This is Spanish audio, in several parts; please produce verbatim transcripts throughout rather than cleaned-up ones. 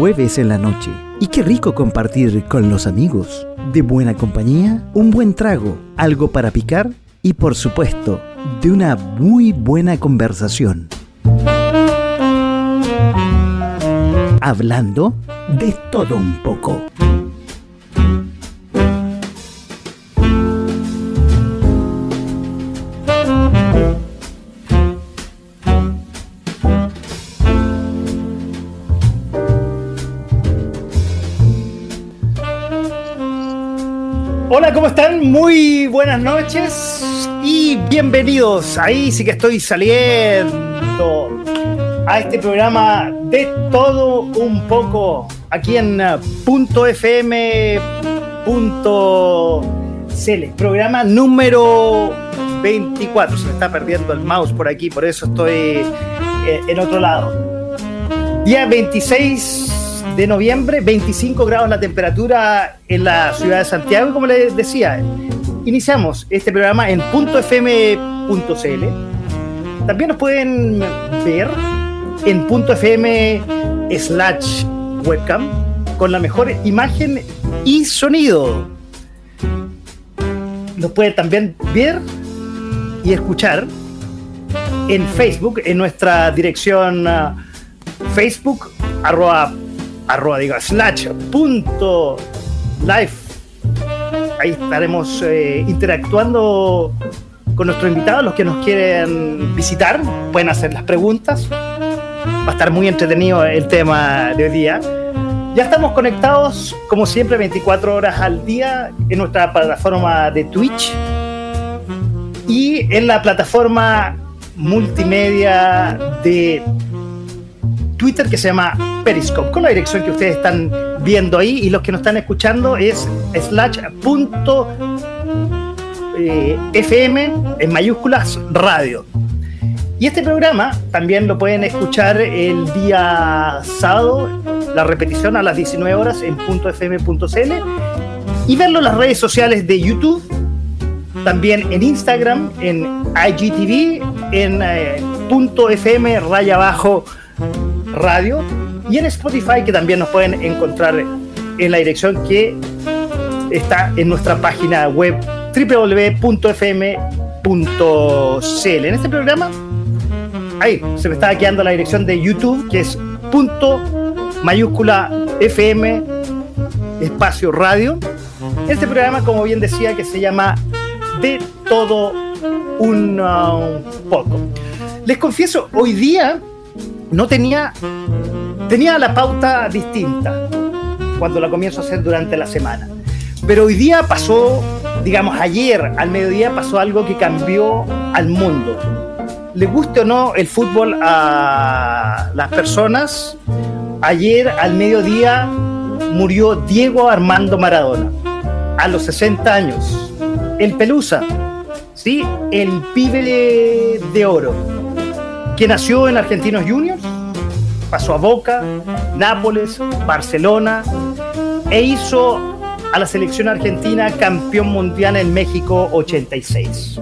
jueves en la noche. Y qué rico compartir con los amigos. De buena compañía, un buen trago, algo para picar y por supuesto, de una muy buena conversación. Hablando de todo un poco. Hola, ¿cómo están? Muy buenas noches y bienvenidos. Ahí sí que estoy saliendo a este programa de todo un poco aquí en punto f m punto c l, programa número veinticuatro. Se me está perdiendo el mouse por aquí, por eso estoy en otro lado. Día veintiséis de noviembre, veinticinco grados la temperatura en la ciudad de Santiago, y como les decía, iniciamos este programa en punto f m punto c l. También nos pueden ver en punto f m slash webcam con la mejor imagen y sonido. Nos pueden también ver y escuchar en Facebook, en nuestra dirección uh, Facebook arroba arroba digo slash punto live. Ahí estaremos eh, interactuando con nuestros invitados. Los que nos quieren visitar pueden hacer las preguntas. Va a estar muy entretenido el tema de hoy día. Ya estamos conectados como siempre veinticuatro horas al día en nuestra plataforma de Twitch y en la plataforma multimedia de Twitter que se llama Periscope, con la dirección que ustedes están viendo ahí, y los que nos están escuchando es slash punto fm en mayúsculas radio. Y este programa también lo pueden escuchar el día sábado, la repetición a las diecinueve horas en punto f m punto c l, y verlo en las redes sociales de YouTube, también en Instagram, en I G T V, en eh, punto fm raya abajo radio, y en Spotify, que también nos pueden encontrar en la dirección que está en nuestra página web doble u doble u doble u punto f m punto c l. En este programa, ahí se me estaba quedando la dirección de YouTube, que es punto mayúscula fm espacio radio. Este programa, como bien decía, que se llama De Todo Un uh, Poco. Les confieso, hoy día no tenía tenía la pauta distinta cuando la comienzo a hacer durante la semana, pero hoy día pasó, digamos ayer al mediodía pasó algo que cambió al mundo. Les guste o no el fútbol a las personas, ayer al mediodía murió Diego Armando Maradona a los sesenta años, el Pelusa, ¿sí? El pibe de, de oro, que nació en Argentinos Juniors, pasó a Boca, Nápoles, Barcelona, e hizo a la selección argentina campeón mundial en México ochenta y seis.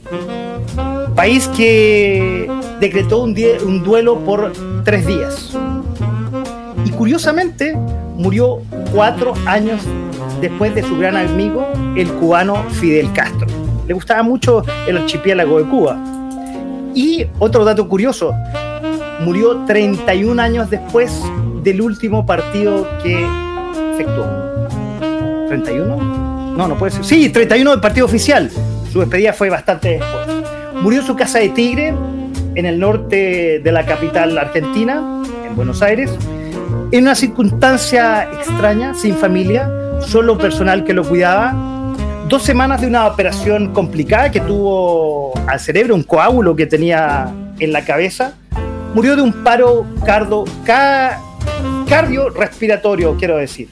País que decretó un, die- un duelo por tres días. Y curiosamente murió cuatro años después de su gran amigo, el cubano Fidel Castro. Le gustaba mucho el archipiélago de Cuba. Y otro dato curioso, murió treinta y un años después del último partido que efectuó. ¿treinta y uno? No, no puede ser. Sí, treinta y uno del partido oficial. Su despedida fue bastante después. Murió en su casa de Tigre, en el norte de la capital argentina, en Buenos Aires, en una circunstancia extraña, sin familia, solo personal que lo cuidaba. Dos semanas de una operación complicada que tuvo al cerebro, un coágulo que tenía en la cabeza. Murió de un paro cardo, ca, cardiorrespiratorio, quiero decir.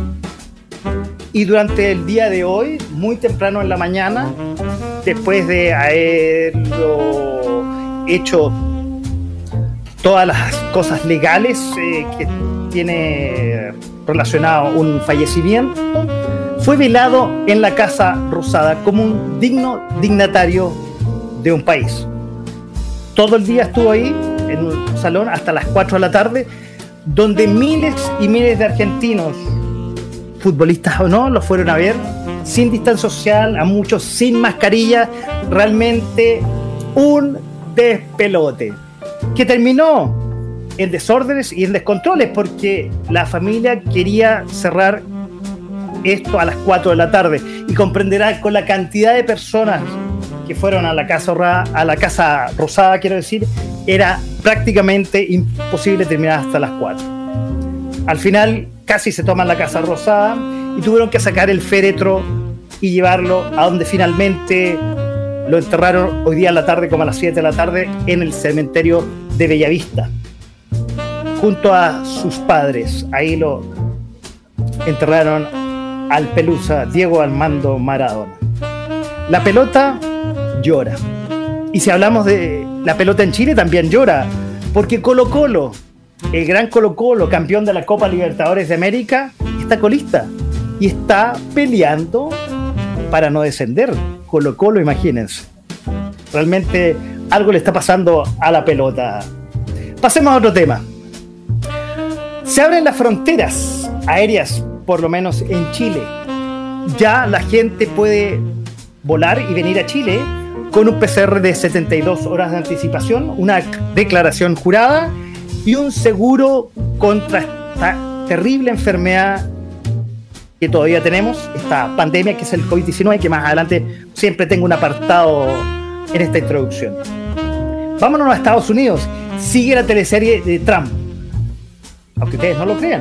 Y durante el día de hoy, muy temprano en la mañana, después de haberlo hecho todas las cosas legales eh, que tiene relacionado un fallecimiento, fue velado en la Casa Rosada como un digno dignatario de un país. Todo el día estuvo ahí en un salón hasta las cuatro de la tarde, donde miles y miles de argentinos, futbolistas o no, los fueron a ver sin distancia social, a muchos sin mascarilla, realmente un despelote que terminó en desórdenes y en descontroles porque la familia quería cerrar esto a las cuatro de la tarde y comprenderá con la cantidad de personas que fueron a la Casa Rosada, a la Casa Rosada, quiero decir, era prácticamente imposible terminar hasta las cuatro. Al final casi se toman la Casa Rosada y tuvieron que sacar el féretro y llevarlo a donde finalmente lo enterraron hoy día a la tarde, como a las siete de la tarde, en el cementerio de Bellavista, junto a sus padres. Ahí lo enterraron al Pelusa Diego Armando Maradona. La pelota llora. Y si hablamos de la pelota en Chile, también llora, porque Colo Colo, el gran Colo Colo, campeón de la Copa Libertadores de América, está colista y está peleando para no descender. Colo Colo, imagínense. Realmente algo le está pasando a la pelota. Pasemos a otro tema. Se abren las fronteras aéreas, por lo menos en Chile. Ya la gente puede volar y venir a Chile con un P C R de setenta y dos horas de anticipación, una declaración jurada y un seguro contra esta terrible enfermedad que todavía tenemos, esta pandemia que es el COVID diecinueve, que más adelante siempre tengo un apartado en esta introducción. Vámonos a Estados Unidos. Sigue la teleserie de Trump, aunque ustedes no lo crean.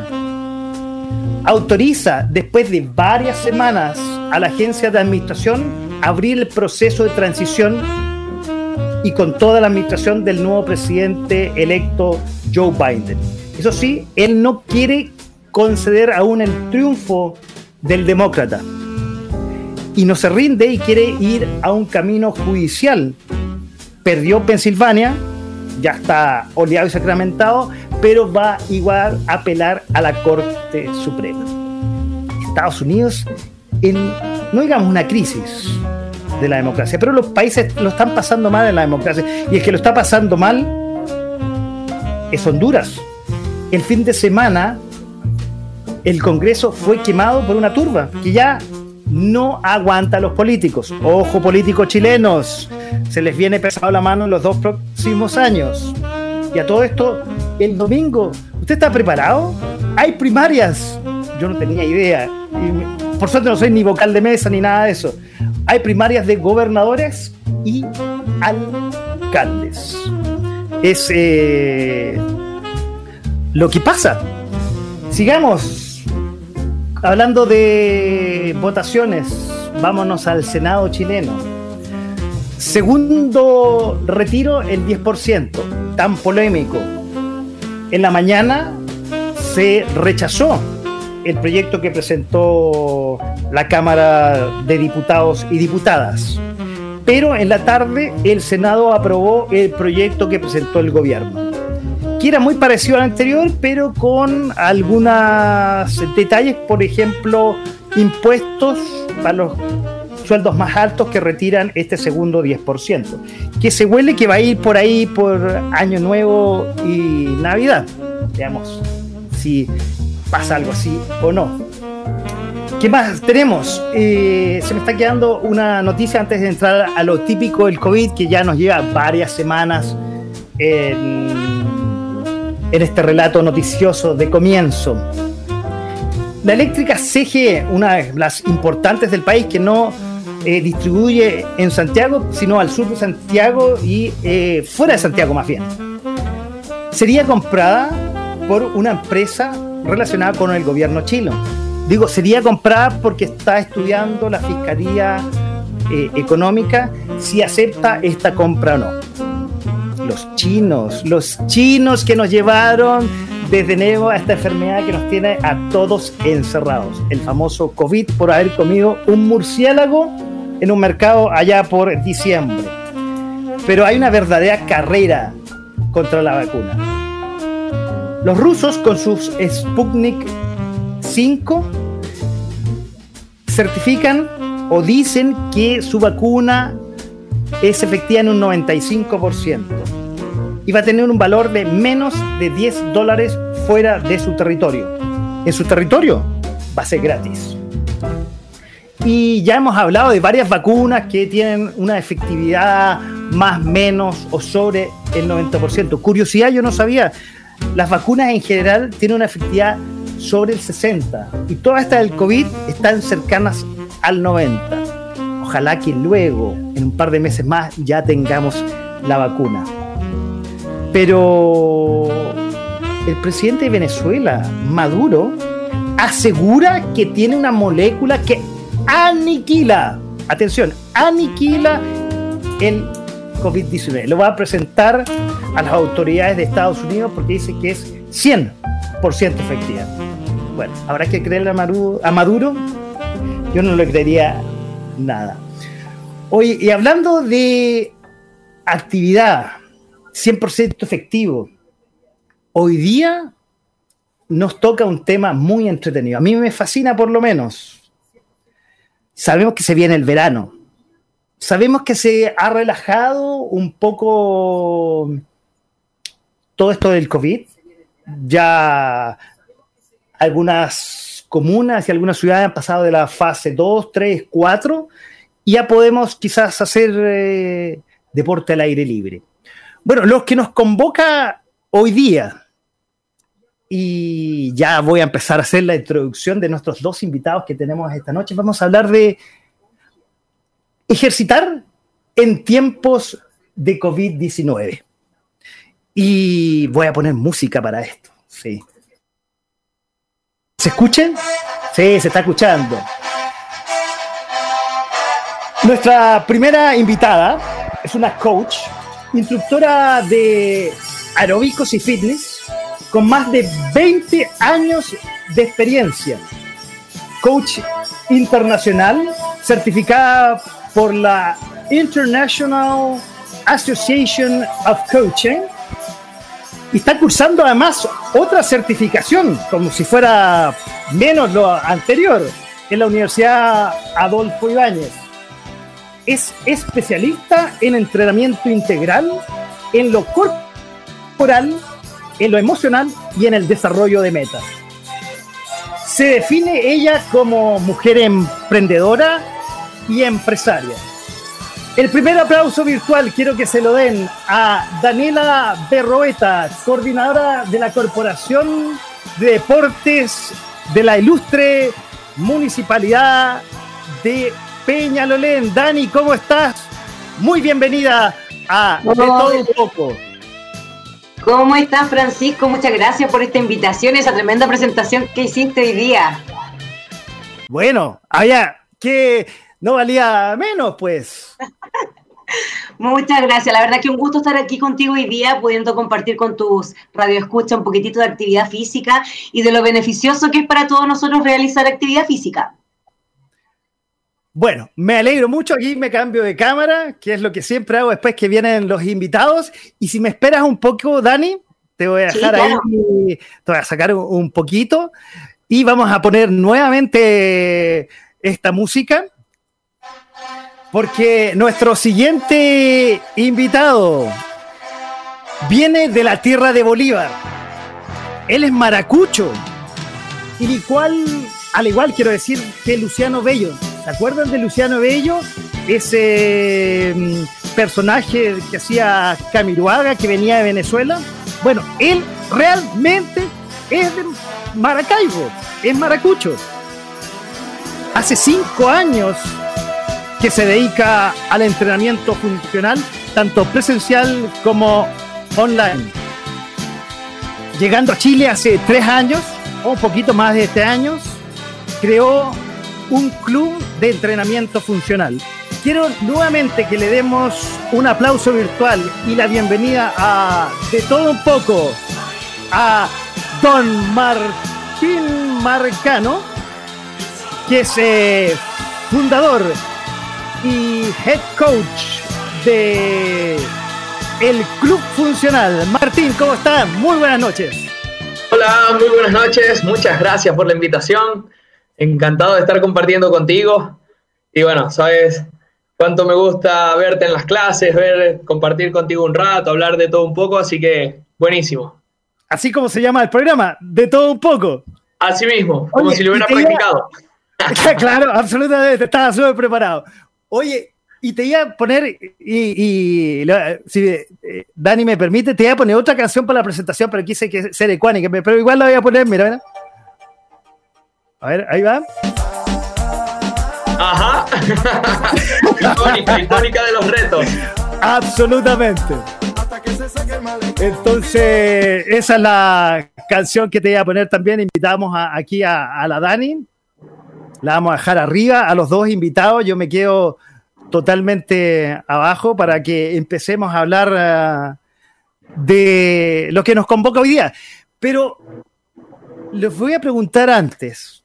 Autoriza, después de varias semanas, a la agencia de administración abrir el proceso de transición y con toda la administración del nuevo presidente electo Joe Biden. Eso sí, él no quiere conceder aún el triunfo del demócrata y no se rinde y quiere ir a un camino judicial. Perdió Pensilvania, ya está oleado y sacramentado, pero va igual a apelar a la Corte Suprema. Estados Unidos en, no digamos una crisis de la democracia, pero los países lo están pasando mal en la democracia, y el que lo está pasando mal es Honduras. El fin de semana el Congreso fue quemado por una turba que ya no aguanta a los políticos. Ojo, políticos chilenos, se les viene pesado la mano en los dos próximos años. Y a todo esto, el domingo, ¿usted está preparado? Hay primarias. Yo no tenía idea. Y por suerte no soy ni vocal de mesa ni nada de eso. Hay primarias de gobernadores y alcaldes. Es eh, lo que pasa. Sigamos hablando de votaciones. Vámonos al Senado chileno. Segundo retiro, el diez por ciento. Tan polémico. En la mañana se rechazó el proyecto que presentó la Cámara de Diputados y Diputadas, pero en la tarde el Senado aprobó el proyecto que presentó el gobierno, que era muy parecido al anterior, pero con algunos detalles, por ejemplo, impuestos para los sueldos más altos que retiran este segundo diez por ciento, que se huele que va a ir por ahí por Año Nuevo y Navidad. Veamos si pasa algo así o no. ¿Qué más tenemos? Eh, se me está quedando una noticia antes de entrar a lo típico del COVID, que ya nos lleva varias semanas en, en este relato noticioso de comienzo. La eléctrica C G E, una de las importantes del país, que no eh, distribuye en Santiago, sino al sur de Santiago y eh, fuera de Santiago más bien, sería comprada por una empresa relacionada con el gobierno chino. Digo, sería comprada porque está estudiando la Fiscalía eh, Económica si acepta esta compra o no. Los chinos, los chinos que nos llevaron desde enero a esta enfermedad que nos tiene a todos encerrados. El famoso COVID por haber comido un murciélago en un mercado allá por diciembre. Pero hay una verdadera carrera contra la vacuna. Los rusos con sus Sputnik cinco certifican o dicen que su vacuna es efectiva en un noventa y cinco por ciento y va a tener un valor de menos de diez dólares fuera de su territorio. En su territorio va a ser gratis. Y ya hemos hablado de varias vacunas que tienen una efectividad más, menos o sobre el noventa por ciento. Curiosidad, yo no sabía, las vacunas en general tienen una efectividad sobre el sesenta por ciento y todas estas del COVID están cercanas al noventa por ciento. Ojalá que luego, en un par de meses más, ya tengamos la vacuna. Pero el presidente de Venezuela, Maduro, asegura que tiene una molécula que aniquila, atención, aniquila el COVID diecinueve. Lo va a presentar a las autoridades de Estados Unidos porque dice que es cien por ciento efectiva. Bueno, habrá que creerle a Maduro, a Maduro. Yo no le creería nada. Oye, y hablando de actividad cien por ciento efectivo, hoy día nos toca un tema muy entretenido. A mí me fascina, por lo menos. Sabemos que se viene el verano. Sabemos que se ha relajado un poco todo esto del COVID. Ya algunas comunas y algunas ciudades han pasado de la fase dos, tres, cuatro y ya podemos quizás hacer eh, deporte al aire libre. Bueno, lo que nos convoca hoy día, y ya voy a empezar a hacer la introducción de nuestros dos invitados que tenemos esta noche. Vamos a hablar de ejercitar en tiempos de COVID diecinueve. Y voy a poner música para esto. Sí. ¿Se escuchan? Sí, se está escuchando. Nuestra primera invitada es una coach, instructora de aeróbicos y fitness, con más de veinte años de experiencia. Coach internacional, certificada por la International Association of Coaching, y está cursando además otra certificación, como si fuera menos lo anterior, en la Universidad Adolfo Ibáñez. Es especialista en entrenamiento integral, en lo corporal, en lo emocional y en el desarrollo de metas. Se define ella como mujer emprendedora y empresaria. El primer aplauso virtual quiero que se lo den a Daniela Berroeta, coordinadora de la Corporación de Deportes de la ilustre Municipalidad de Peñalolén. Dani, ¿cómo estás? Muy bienvenida a De Todo Un Poco. ¿Cómo estás, Francisco? Muchas gracias por esta invitación y esa tremenda presentación que hiciste hoy día. Bueno, había que no valía menos, pues. Muchas gracias. La verdad que un gusto estar aquí contigo hoy día, pudiendo compartir con tus radioescuchas un poquitito de actividad física y de lo beneficioso que es para todos nosotros realizar actividad física. Bueno, me alegro mucho. Aquí me cambio de cámara, que es lo que siempre hago después que vienen los invitados. Y si me esperas un poco, Dani, te voy a dejar sí, claro. ahí, te voy a sacar un poquito y vamos a poner nuevamente esta música, porque nuestro siguiente invitado viene de la tierra de Bolívar. Él es maracucho, y igual, al igual quiero decir que Luciano Bello. ¿Se acuerdan de Luciano Bello? Ese um, personaje que hacía Camiroaga, que venía de Venezuela. Bueno, él realmente es de Maracaibo, es maracucho. Hace cinco años que se dedica al entrenamiento funcional, tanto presencial como online. Llegando a Chile hace tres años, o un poquito más de este años, creó un club de entrenamiento funcional. Quiero nuevamente que le demos un aplauso virtual y la bienvenida a De Todo Un Poco a don Martín Marcano, que es eh, fundador y head coach de el Club Funcional. Martín, ¿cómo estás? Muy buenas noches. Hola, muy buenas noches. Muchas gracias por la invitación. Encantado de estar compartiendo contigo. Y bueno, sabes cuánto me gusta verte en las clases, ver, compartir contigo un rato, hablar de todo un poco, así que buenísimo. así como se llama el programa, de todo un poco. Así mismo, como Oye, si lo hubiera practicado. Iba... Claro, absolutamente, estaba súper preparado. Oye, y te iba a poner, y, y si eh, Dani me permite, te iba a poner otra canción para la presentación, pero quise que ser ecuánime, pero igual la voy a poner, mira, mira. A ver, ahí va. Ajá. icónica, icónica de los retos. Absolutamente. Entonces, esa es la canción que te iba a poner también. Invitamos a, aquí a, a la Dani. La vamos a dejar arriba, a los dos invitados. Yo me quedo totalmente abajo para que empecemos a hablar uh, de lo que nos convoca hoy día. Pero les voy a preguntar antes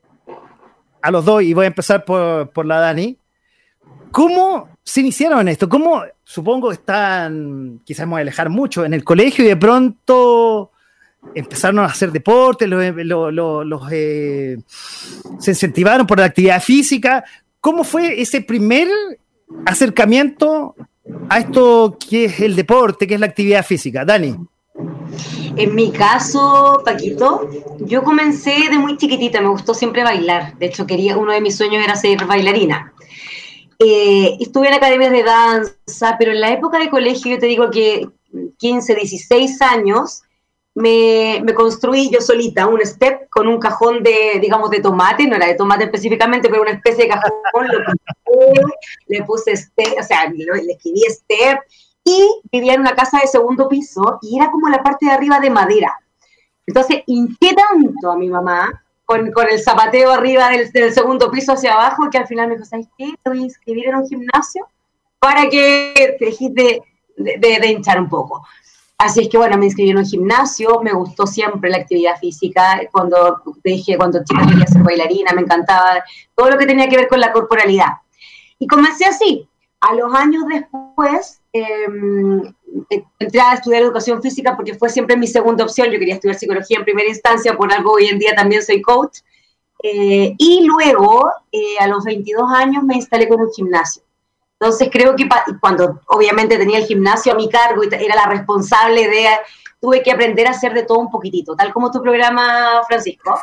a los dos, y voy a empezar por, por la Dani. ¿Cómo se iniciaron en esto? ¿Cómo, supongo, están, quizás me voy a alejar mucho, en el colegio y de pronto empezaron a hacer deporte, los, los, los, los, eh, se incentivaron por la actividad física? ¿Cómo fue ese primer acercamiento a esto que es el deporte, que es la actividad física? Dani. En mi caso, Paquito, yo comencé de muy chiquitita, me gustó siempre bailar. De hecho, quería, uno de mis sueños era ser bailarina. Eh, estuve en academias de danza, pero en la época de colegio, yo te digo que quince, dieciséis años, me, me construí yo solita un step con un cajón de, digamos, de tomate, no era de tomate específicamente, pero una especie de cajón, lo pinté, le puse step, o sea, le, le escribí step, y vivía en una casa de segundo piso, y era como la parte de arriba de madera. Entonces, hinqué tanto a mi mamá, Con, con el zapateo arriba del, del segundo piso hacia abajo, que al final me dijo, ¿sabes qué? Te voy a inscribir en un gimnasio para que te dejes de, de, de, de hinchar un poco. Así es que, bueno, me inscribí en un gimnasio, me gustó siempre la actividad física. Cuando te dije, cuando chica quería ser bailarina, me encantaba todo lo que tenía que ver con la corporalidad. Y comencé así. A los años después, eh, entré a estudiar educación física porque fue siempre mi segunda opción. Yo quería estudiar psicología en primera instancia, por algo hoy en día también soy coach. Eh, y luego, eh, a los veintidós años, me instalé con un gimnasio. Entonces creo que cuando obviamente tenía el gimnasio a mi cargo y era la responsable de... Tuve que aprender a hacer de todo un poquitito, tal como tu programa, Francisco.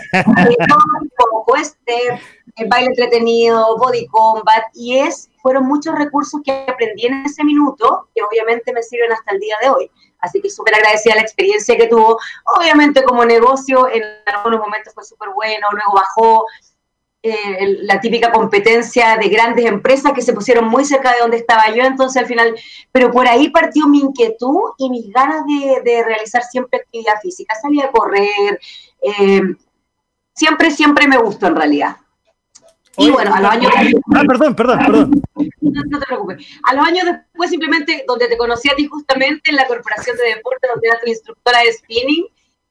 Como step, baile entretenido, body combat, y es, fueron muchos recursos que aprendí en ese minuto, que obviamente me sirven hasta el día de hoy. Así que súper agradecida la experiencia que tuvo. Obviamente como negocio en algunos momentos fue súper bueno, luego bajó eh, la típica competencia de grandes empresas que se pusieron muy cerca de donde estaba yo, entonces al final, pero por ahí partió mi inquietud y mis ganas de, de realizar siempre actividad física. Salí a correr, eh, siempre, siempre me gustó en realidad. Y Oye, bueno, a los años... Ah, perdón, perdón, perdón. No, no te preocupes. A los años después, simplemente, donde te conocí a ti justamente en la Corporación de Deporte, donde eras tu instructora de spinning,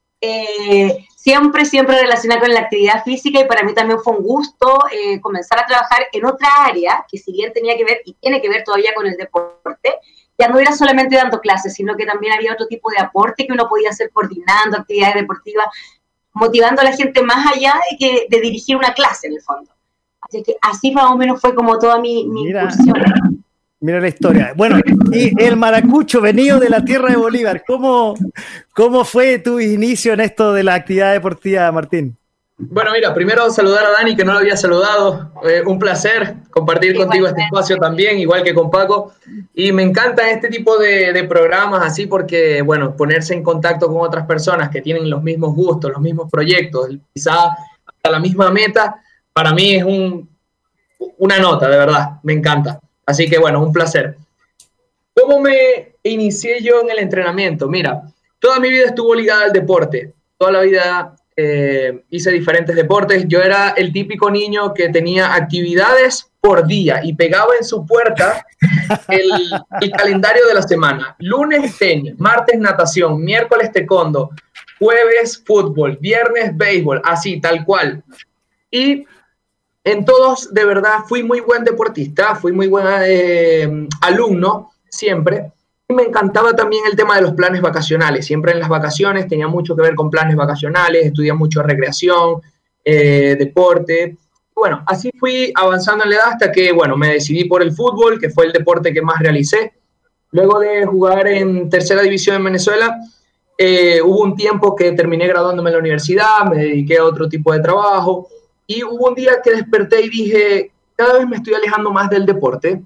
eh, siempre, siempre relacionada con la actividad física, y para mí también fue un gusto eh, comenzar a trabajar en otra área, que si bien tenía que ver, y tiene que ver todavía con el deporte, ya no era solamente dando clases, sino que también había otro tipo de aporte que uno podía hacer coordinando actividades deportivas, motivando a la gente más allá de, que, de dirigir una clase en el fondo. Así que así más o menos fue como toda mi, mi mira, incursión. Mira la historia. Bueno, y el maracucho venido de la tierra de Bolívar, ¿cómo, cómo fue tu inicio en esto de la actividad deportiva, Martín? Bueno, mira, primero saludar a Dani, que no lo había saludado. Eh, un placer compartir Igualmente. contigo este espacio también, igual que con Paco. Y me encanta este tipo de, de programas así porque, bueno, ponerse en contacto con otras personas que tienen los mismos gustos, los mismos proyectos, quizá hasta la misma meta, para mí es un, una nota, de verdad, me encanta. Así que, bueno, un placer. ¿Cómo me inicié yo en el entrenamiento? Mira, toda mi vida estuvo ligada al deporte. Toda la vida eh, hice diferentes deportes. Yo era el típico niño que tenía actividades por día y pegaba en su puerta el, el calendario de la semana. Lunes, tenis. Martes, natación. Miércoles, taekwondo. Jueves, fútbol. Viernes, béisbol. Así, tal cual. Y en todos, de verdad, fui muy buen deportista, fui muy buen eh, alumno, siempre. Y me encantaba también el tema de los planes vacacionales. Siempre en las vacaciones tenía mucho que ver con planes vacacionales, estudié mucho recreación, eh, deporte. Bueno, así fui avanzando en la edad hasta que, bueno, me decidí por el fútbol, que fue el deporte que más realicé. Luego de jugar en tercera división en Venezuela, eh, hubo un tiempo que terminé graduándome en la universidad, me dediqué a otro tipo de trabajo, y hubo un día que desperté y dije, cada vez me estoy alejando más del deporte,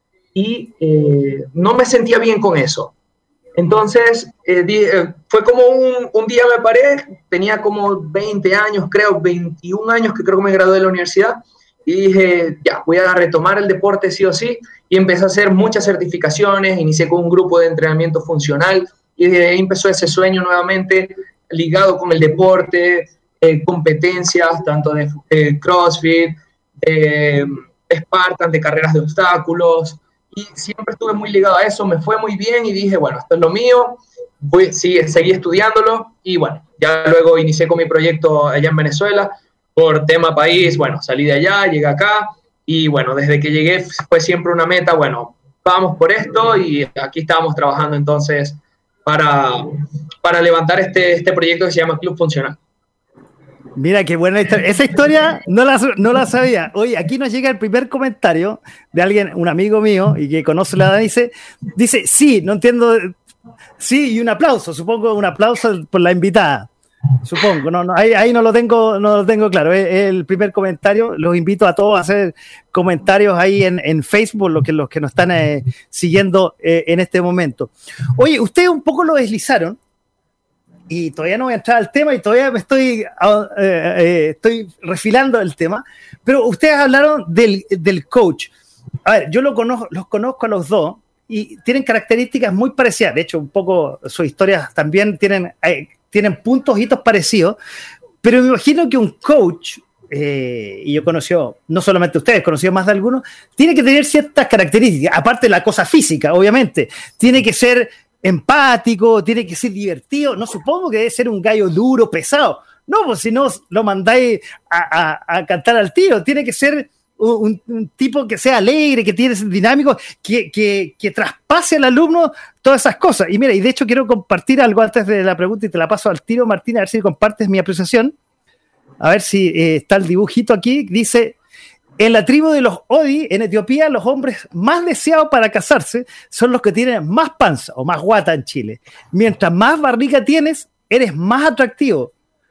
y eh, no me sentía bien con eso. Entonces, eh, di, eh, fue como un, un día me paré, tenía como veinte años, creo, veintiún años que creo que me gradué de la universidad, y dije, ya, voy a retomar el deporte sí o sí, y empecé a hacer muchas certificaciones, inicié con un grupo de entrenamiento funcional, y de ahí empezó ese sueño nuevamente, ligado con el deporte, eh, competencias, tanto de eh, CrossFit, de eh, Spartan, de carreras de obstáculos, y siempre estuve muy ligado a eso, me fue muy bien y dije, bueno, esto es lo mío, voy, sí, seguí estudiándolo y bueno, ya luego inicié con mi proyecto allá en Venezuela, por tema país, bueno, salí de allá, llegué acá y bueno, desde que llegué fue siempre una meta, bueno, vamos por esto y aquí estábamos trabajando entonces para, para levantar este, este proyecto que se llama Club Funcional. Mira, qué buena historia. Esa historia no la, no la sabía. Oye, aquí nos llega el primer comentario de alguien, un amigo mío, y que conoce la edad, dice, dice, sí, no entiendo, sí, y un aplauso, supongo un aplauso por la invitada, supongo, no, no, ahí, ahí no lo tengo, no lo tengo claro, es el primer comentario, los invito a todos a hacer comentarios ahí en, en Facebook, los que, los que nos están eh, siguiendo eh, en este momento. Oye, ustedes un poco lo deslizaron, y todavía no voy a entrar al tema y todavía me estoy, uh, eh, estoy refilando el tema, pero ustedes hablaron del, del coach. A ver, yo lo conozco, los conozco a los dos y tienen características muy parecidas. De hecho, un poco sus historias también tienen, eh, tienen puntos, hitos parecidos, pero me imagino que un coach, eh, y yo conocí, no solamente ustedes, conocí más de algunos, tiene que tener ciertas características, aparte de la cosa física, obviamente. Tiene que ser empático, tiene que ser divertido, no supongo que debe ser un gallo duro, pesado, no, pues si no lo mandáis a, a, a cantar al tiro, tiene que ser un, un tipo que sea alegre, que tiene dinámico, que, que, que traspase al alumno todas esas cosas. Y mira, y de hecho quiero compartir algo antes de la pregunta y te la paso al tiro, Martín, a ver si compartes mi apreciación, a ver si eh, está el dibujito aquí, dice... En la tribu de los Odi, en Etiopía, los hombres más deseados para casarse son los que tienen más panza o más guata en Chile. Mientras más barriga tienes, eres más atractivo.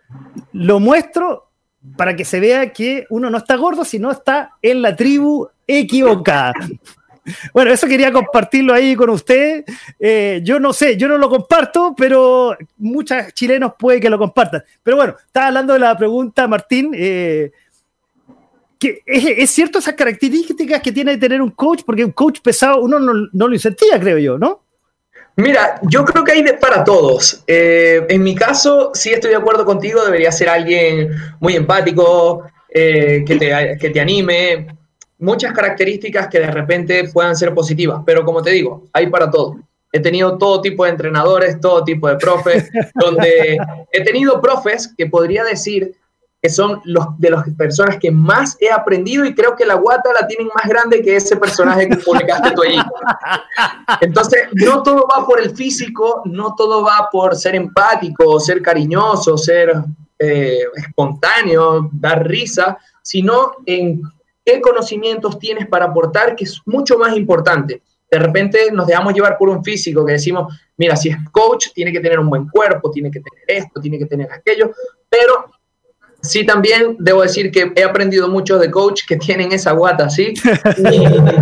Lo muestro para que se vea que uno no está gordo, sino está en la tribu equivocada. Bueno, eso quería compartirlo ahí con ustedes. Eh, yo no sé, yo no lo comparto, pero muchos chilenos puede que lo compartan. Pero bueno, estaba hablando de la pregunta, Martín, eh, que es, es cierto esas características que tiene de tener un coach, porque un coach pesado uno no, no lo incentiva, creo yo, ¿no? Mira, yo creo que hay de, para todos. Eh, en mi caso, sí estoy de acuerdo contigo, debería ser alguien muy empático, eh, que, te, que te anime, muchas características que de repente puedan ser positivas, pero como te digo, hay para todo. He tenido todo tipo de entrenadores, todo tipo de profes, donde he tenido profes que podría decir que son los, de las personas que más he aprendido y creo que la guata la tienen más grande que ese personaje que publicaste tú allí. Entonces, no todo va por el físico, no todo va por ser empático, ser cariñoso, ser eh, espontáneo, dar risa, sino en qué conocimientos tienes para aportar, que es mucho más importante. De repente nos dejamos llevar por un físico que decimos, mira, si es coach, tiene que tener un buen cuerpo, tiene que tener esto, tiene que tener aquello, pero... Sí, también debo decir que he aprendido mucho de coach que tienen esa guata, ¿sí? Y,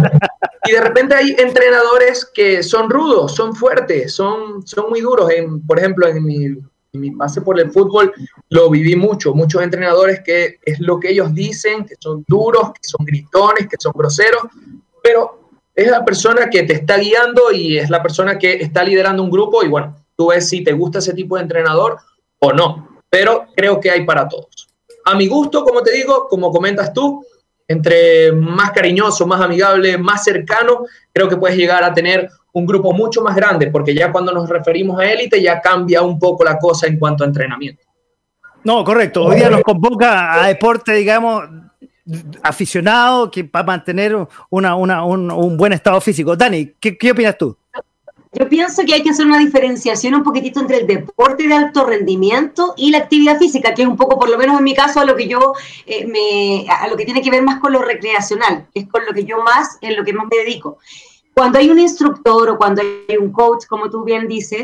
y de repente hay entrenadores que son rudos, son fuertes, son, son muy duros. En, por ejemplo, en mi, en mi pase por el fútbol lo viví mucho. Muchos entrenadores que es lo que ellos dicen, que son duros, que son gritones, que son groseros, pero es la persona que te está guiando y es la persona que está liderando un grupo y bueno, tú ves si te gusta ese tipo de entrenador o no. Pero creo que hay para todos. A mi gusto, como te digo, como comentas tú, entre más cariñoso, más amigable, más cercano, creo que puedes llegar a tener un grupo mucho más grande, porque ya cuando nos referimos a élite ya cambia un poco la cosa en cuanto a entrenamiento. No, correcto. Hoy día nos convoca a deporte, digamos, aficionado, que para mantener una, una, un, un buen estado físico. Dani, ¿qué, qué opinas tú? Yo pienso que hay que hacer una diferenciación un poquitito entre el deporte de alto rendimiento y la actividad física, que es un poco, por lo menos en mi caso, a lo que yo eh, me, a lo que tiene que ver más con lo recreacional, que es con lo que yo más, en lo que más me dedico. Cuando hay un instructor o cuando hay un coach, como tú bien dices,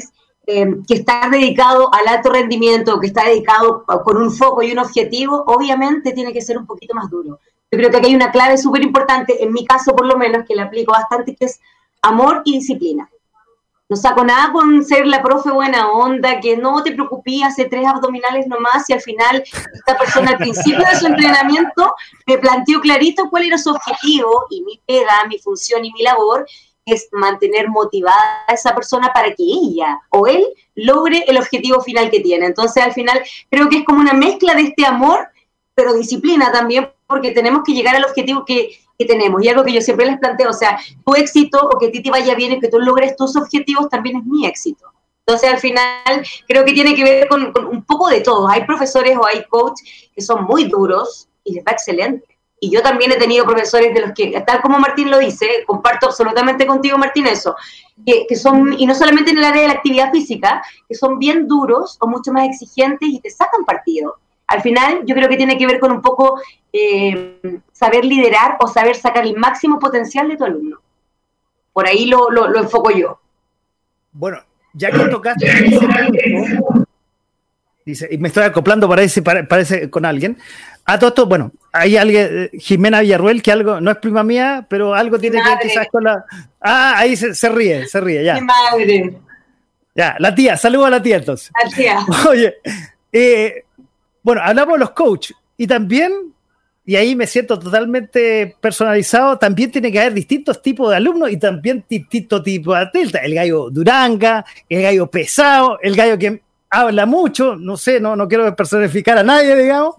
eh, que está dedicado al alto rendimiento, que está dedicado con un foco y un objetivo, obviamente tiene que ser un poquito más duro. Yo creo que aquí hay una clave súper importante, en mi caso por lo menos, que le aplico bastante, que es amor y disciplina. No saco nada con ser la profe buena onda, que no te preocupes, hace tres abdominales nomás, y al final esta persona al principio de su entrenamiento me planteó clarito cuál era su objetivo, y mi pega, mi función y mi labor es mantener motivada a esa persona para que ella o él logre el objetivo final que tiene. Entonces al final creo que es como una mezcla de este amor, pero disciplina también, porque tenemos que llegar al objetivo que, que tenemos. Y algo que yo siempre les planteo, o sea, tu éxito o que a ti te vaya bien y que tú logres tus objetivos también es mi éxito. Entonces, al final, creo que tiene que ver con, con un poco de todo. Hay profesores o hay coaches que son muy duros y les va excelente. Y yo también he tenido profesores de los que, tal como Martín lo dice, comparto absolutamente contigo, Martín, eso, que, que son, y no solamente en el área de la actividad física, que son bien duros o mucho más exigentes y te sacan partido. Al final, yo creo que tiene que ver con un poco eh, saber liderar o saber sacar el máximo potencial de tu alumno. Por ahí lo, lo, lo enfoco yo. Bueno, ya que tocaste ese punto, dice, y me estoy acoplando, parece, parece con alguien. A todo esto, bueno, hay alguien, Jimena Villarruel, que algo, no es prima mía, pero algo tiene que ver quizás con la... Ah, ahí se, se ríe, se ríe, ya. Mi madre. Ya, la tía, saludo a la tía entonces. La tía. Oye, eh... bueno, hablamos de los coaches y también, y ahí me siento totalmente personalizado, también tiene que haber distintos tipos de alumnos y también distintos tipos de atletas. El gallo duranga, el gallo pesado, el gallo que habla mucho, no sé, no, no quiero personificar a nadie, digamos,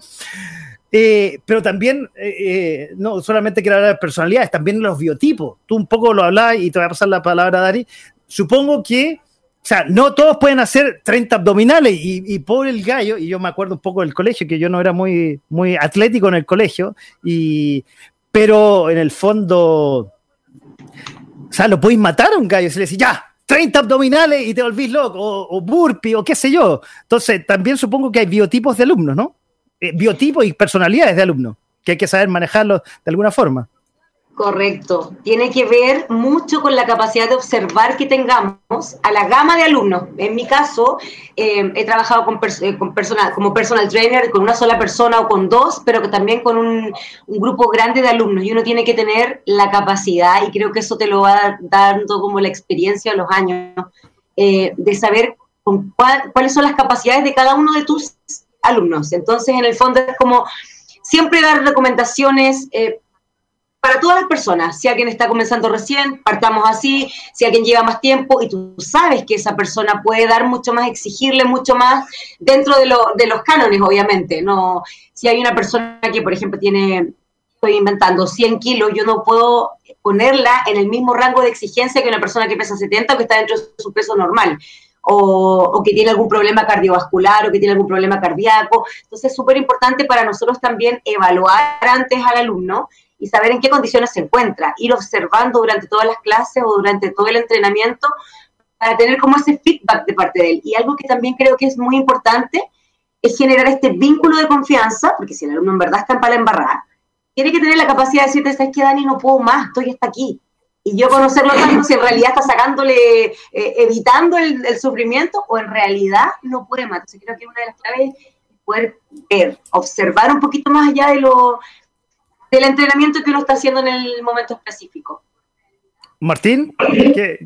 eh, pero también, eh, no solamente quiero hablar de personalidades, también los biotipos. Tú un poco lo hablabas y te voy a pasar la palabra, Dari. Supongo que o sea, no todos pueden hacer treinta abdominales y, y pobre el gallo, y yo me acuerdo un poco del colegio, que yo no era muy, muy atlético en el colegio, y, pero en el fondo, o sea, lo podéis matar a un gallo si le decís, ya, treinta abdominales y te volvís loco, o, o burpee, o qué sé yo. Entonces, también supongo que hay biotipos de alumnos, ¿no? Eh, biotipos y personalidades de alumnos, que hay que saber manejarlos de alguna forma. Correcto. Tiene que ver mucho con la capacidad de observar que tengamos a la gama de alumnos. En mi caso, eh, he trabajado con, pers con personal, como personal trainer con una sola persona o con dos, pero que también con un, un grupo grande de alumnos. Y uno tiene que tener la capacidad, y creo que eso te lo va dando como la experiencia de los años, eh, de saber con cuál, cuáles son las capacidades de cada uno de tus alumnos. Entonces, en el fondo es como siempre dar recomendaciones eh, para todas las personas. Si alguien está comenzando recién, partamos así. Si alguien lleva más tiempo y tú sabes que esa persona puede dar mucho más, exigirle mucho más dentro de, lo, de los cánones, obviamente. No, si hay una persona que, por ejemplo, tiene, estoy inventando, cien kilos, yo no puedo ponerla en el mismo rango de exigencia que una persona que pesa setenta o que está dentro de su peso normal. O, o que tiene algún problema cardiovascular o que tiene algún problema cardíaco. Entonces es súper importante para nosotros también evaluar antes al alumno y saber en qué condiciones se encuentra, ir observando durante todas las clases o durante todo el entrenamiento para tener como ese feedback de parte de él. Y algo que también creo que es muy importante es generar este vínculo de confianza, porque si el alumno en verdad está en pala embarrada, tiene que tener la capacidad de decirte, ¿sabes qué, Dani? No puedo más, estoy hasta aquí. Y yo conocerlo tanto si en realidad está sacándole, eh, evitando el, el sufrimiento, o en realidad no puede más. Entonces creo que una de las claves es poder ver, observar un poquito más allá de lo del entrenamiento que uno está haciendo en el momento específico. Martín, ¿qué,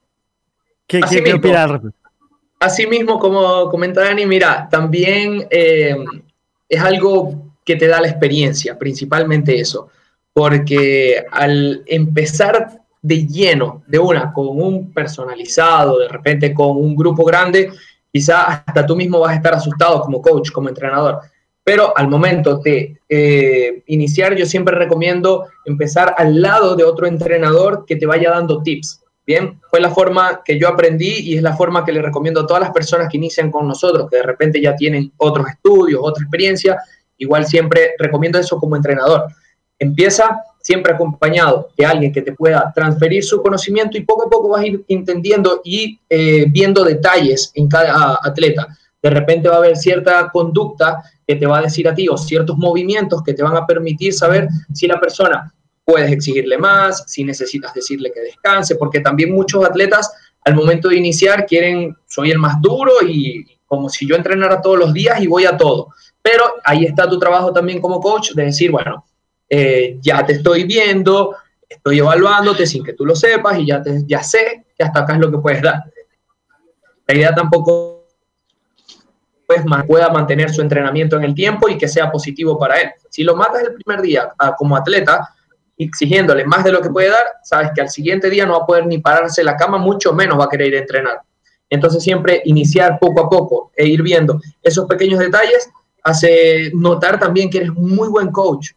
qué, qué, qué opinas? Así mismo, como comenta Dani, mira, también eh, es algo que te da la experiencia, principalmente eso. Porque al empezar de lleno, de una, con un personalizado, de repente con un grupo grande, quizás hasta tú mismo vas a estar asustado como coach, como entrenador. Pero al momento de eh, iniciar, yo siempre recomiendo empezar al lado de otro entrenador que te vaya dando tips. Bien, fue la forma que yo aprendí y es la forma que le recomiendo a todas las personas que inician con nosotros, que de repente ya tienen otros estudios, otra experiencia. Igual siempre recomiendo eso como entrenador. Empieza siempre acompañado de alguien que te pueda transferir su conocimiento y poco a poco vas a ir entendiendo y eh, viendo detalles en cada atleta. De repente va a haber cierta conducta que te va a decir a ti o ciertos movimientos que te van a permitir saber si la persona puedes exigirle más, si necesitas decirle que descanse, porque también muchos atletas al momento de iniciar quieren, soy el más duro y como si yo entrenara todos los días y voy a todo. Pero ahí está tu trabajo también como coach de decir, bueno, eh, ya te estoy viendo, estoy evaluándote sin que tú lo sepas y ya, te, ya sé que hasta acá es lo que puedes dar. La idea tampoco pues, pueda mantener su entrenamiento en el tiempo y que sea positivo para él. Si lo matas el primer día a, como atleta, exigiéndole más de lo que puede dar, sabes que al siguiente día no va a poder ni pararse de la cama, mucho menos va a querer ir a entrenar. Entonces siempre iniciar poco a poco e ir viendo esos pequeños detalles hace notar también que eres muy buen coach.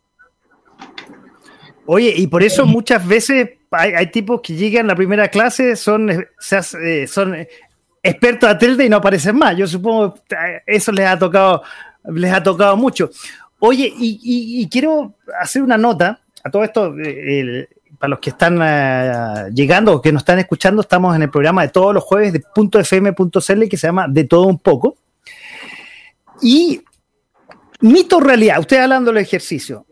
Oye, y por eso muchas veces hay, hay tipos que llegan a la primera clase, son, se hace, son expertos atletas y no aparecen más. Yo supongo que eso les ha tocado, les ha tocado mucho. Oye, y, y, y quiero hacer una nota a todo esto. Eh, para los que están uh, llegando o que nos están escuchando, estamos en el programa de todos los jueves de punto f m punto c l que se llama De Todo Un Poco. Y mito o realidad, usted hablando del ejercicio,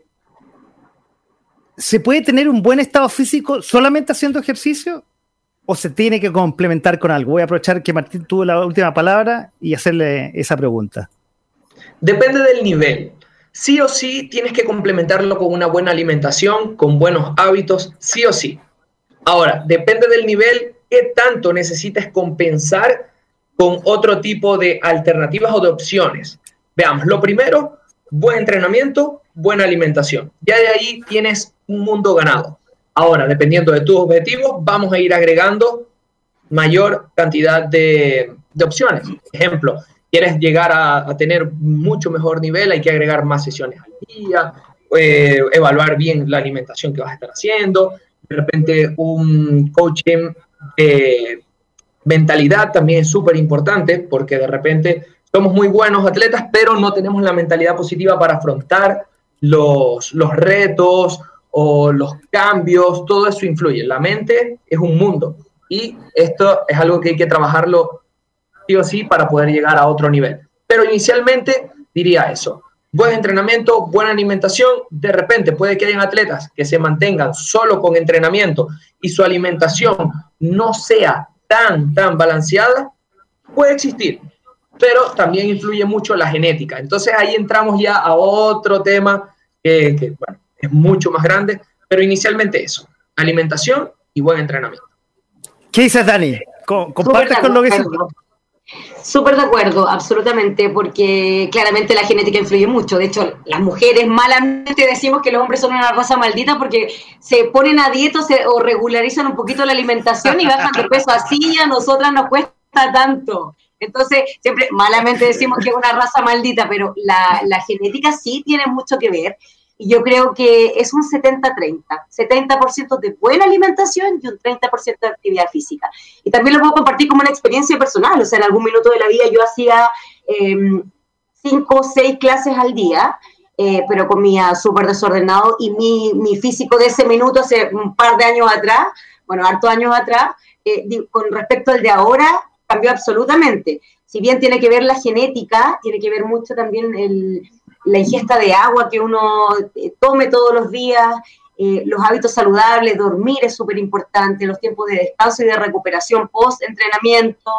¿se puede tener un buen estado físico solamente haciendo ejercicio o se tiene que complementar con algo? Voy a aprovechar que Martín tuvo la última palabra y hacerle esa pregunta. Depende del nivel. Sí o sí tienes que complementarlo con una buena alimentación, con buenos hábitos, sí o sí. Ahora, depende del nivel, qué tanto necesites compensar con otro tipo de alternativas o de opciones. Veamos, lo primero, buen entrenamiento, buena alimentación. Ya de ahí tienes un mundo ganado. Ahora, dependiendo de tus objetivos, vamos a ir agregando mayor cantidad de, de opciones. Ejemplo, quieres llegar a, a tener mucho mejor nivel, hay que agregar más sesiones al día, eh, evaluar bien la alimentación que vas a estar haciendo. De repente, un coaching de mentalidad también es súper importante, porque de repente somos muy buenos atletas, pero no tenemos la mentalidad positiva para afrontar los, los retos o los cambios. Todo eso influye. La mente es un mundo y esto es algo que hay que trabajarlo sí o sí para poder llegar a otro nivel. Pero inicialmente diría eso. Buen entrenamiento, buena alimentación. De repente puede que hayan atletas que se mantengan solo con entrenamiento y su alimentación no sea tan, tan balanceada. Puede existir, pero también influye mucho la genética. Entonces ahí entramos ya a otro tema que, que bueno, es mucho más grande, pero inicialmente eso, alimentación y buen entrenamiento. ¿Qué dices, Dani? ¿Compartes con lo que dices? Súper de acuerdo, absolutamente, porque claramente la genética influye mucho. De hecho, las mujeres malamente decimos que los hombres son una raza maldita porque se ponen a dieta se, o regularizan un poquito la alimentación y bajan de peso así, y a nosotras nos cuesta tanto. Entonces, siempre malamente decimos que es una raza maldita, pero la, la genética sí tiene mucho que ver. Y yo creo que es un setenta treinta, setenta por ciento de buena alimentación y un treinta por ciento de actividad física. Y también lo puedo compartir como una experiencia personal, o sea, en algún minuto de la vida yo hacía eh, cinco o seis clases al día, eh, pero comía súper desordenado y mi, mi físico de ese minuto, hace un par de años atrás, bueno, hartos años atrás, eh, con respecto al de ahora, cambió absolutamente. Si bien tiene que ver la genética, tiene que ver mucho también el... la ingesta de agua que uno eh, tome todos los días, eh, los hábitos saludables, dormir es súper importante, los tiempos de descanso y de recuperación post-entrenamiento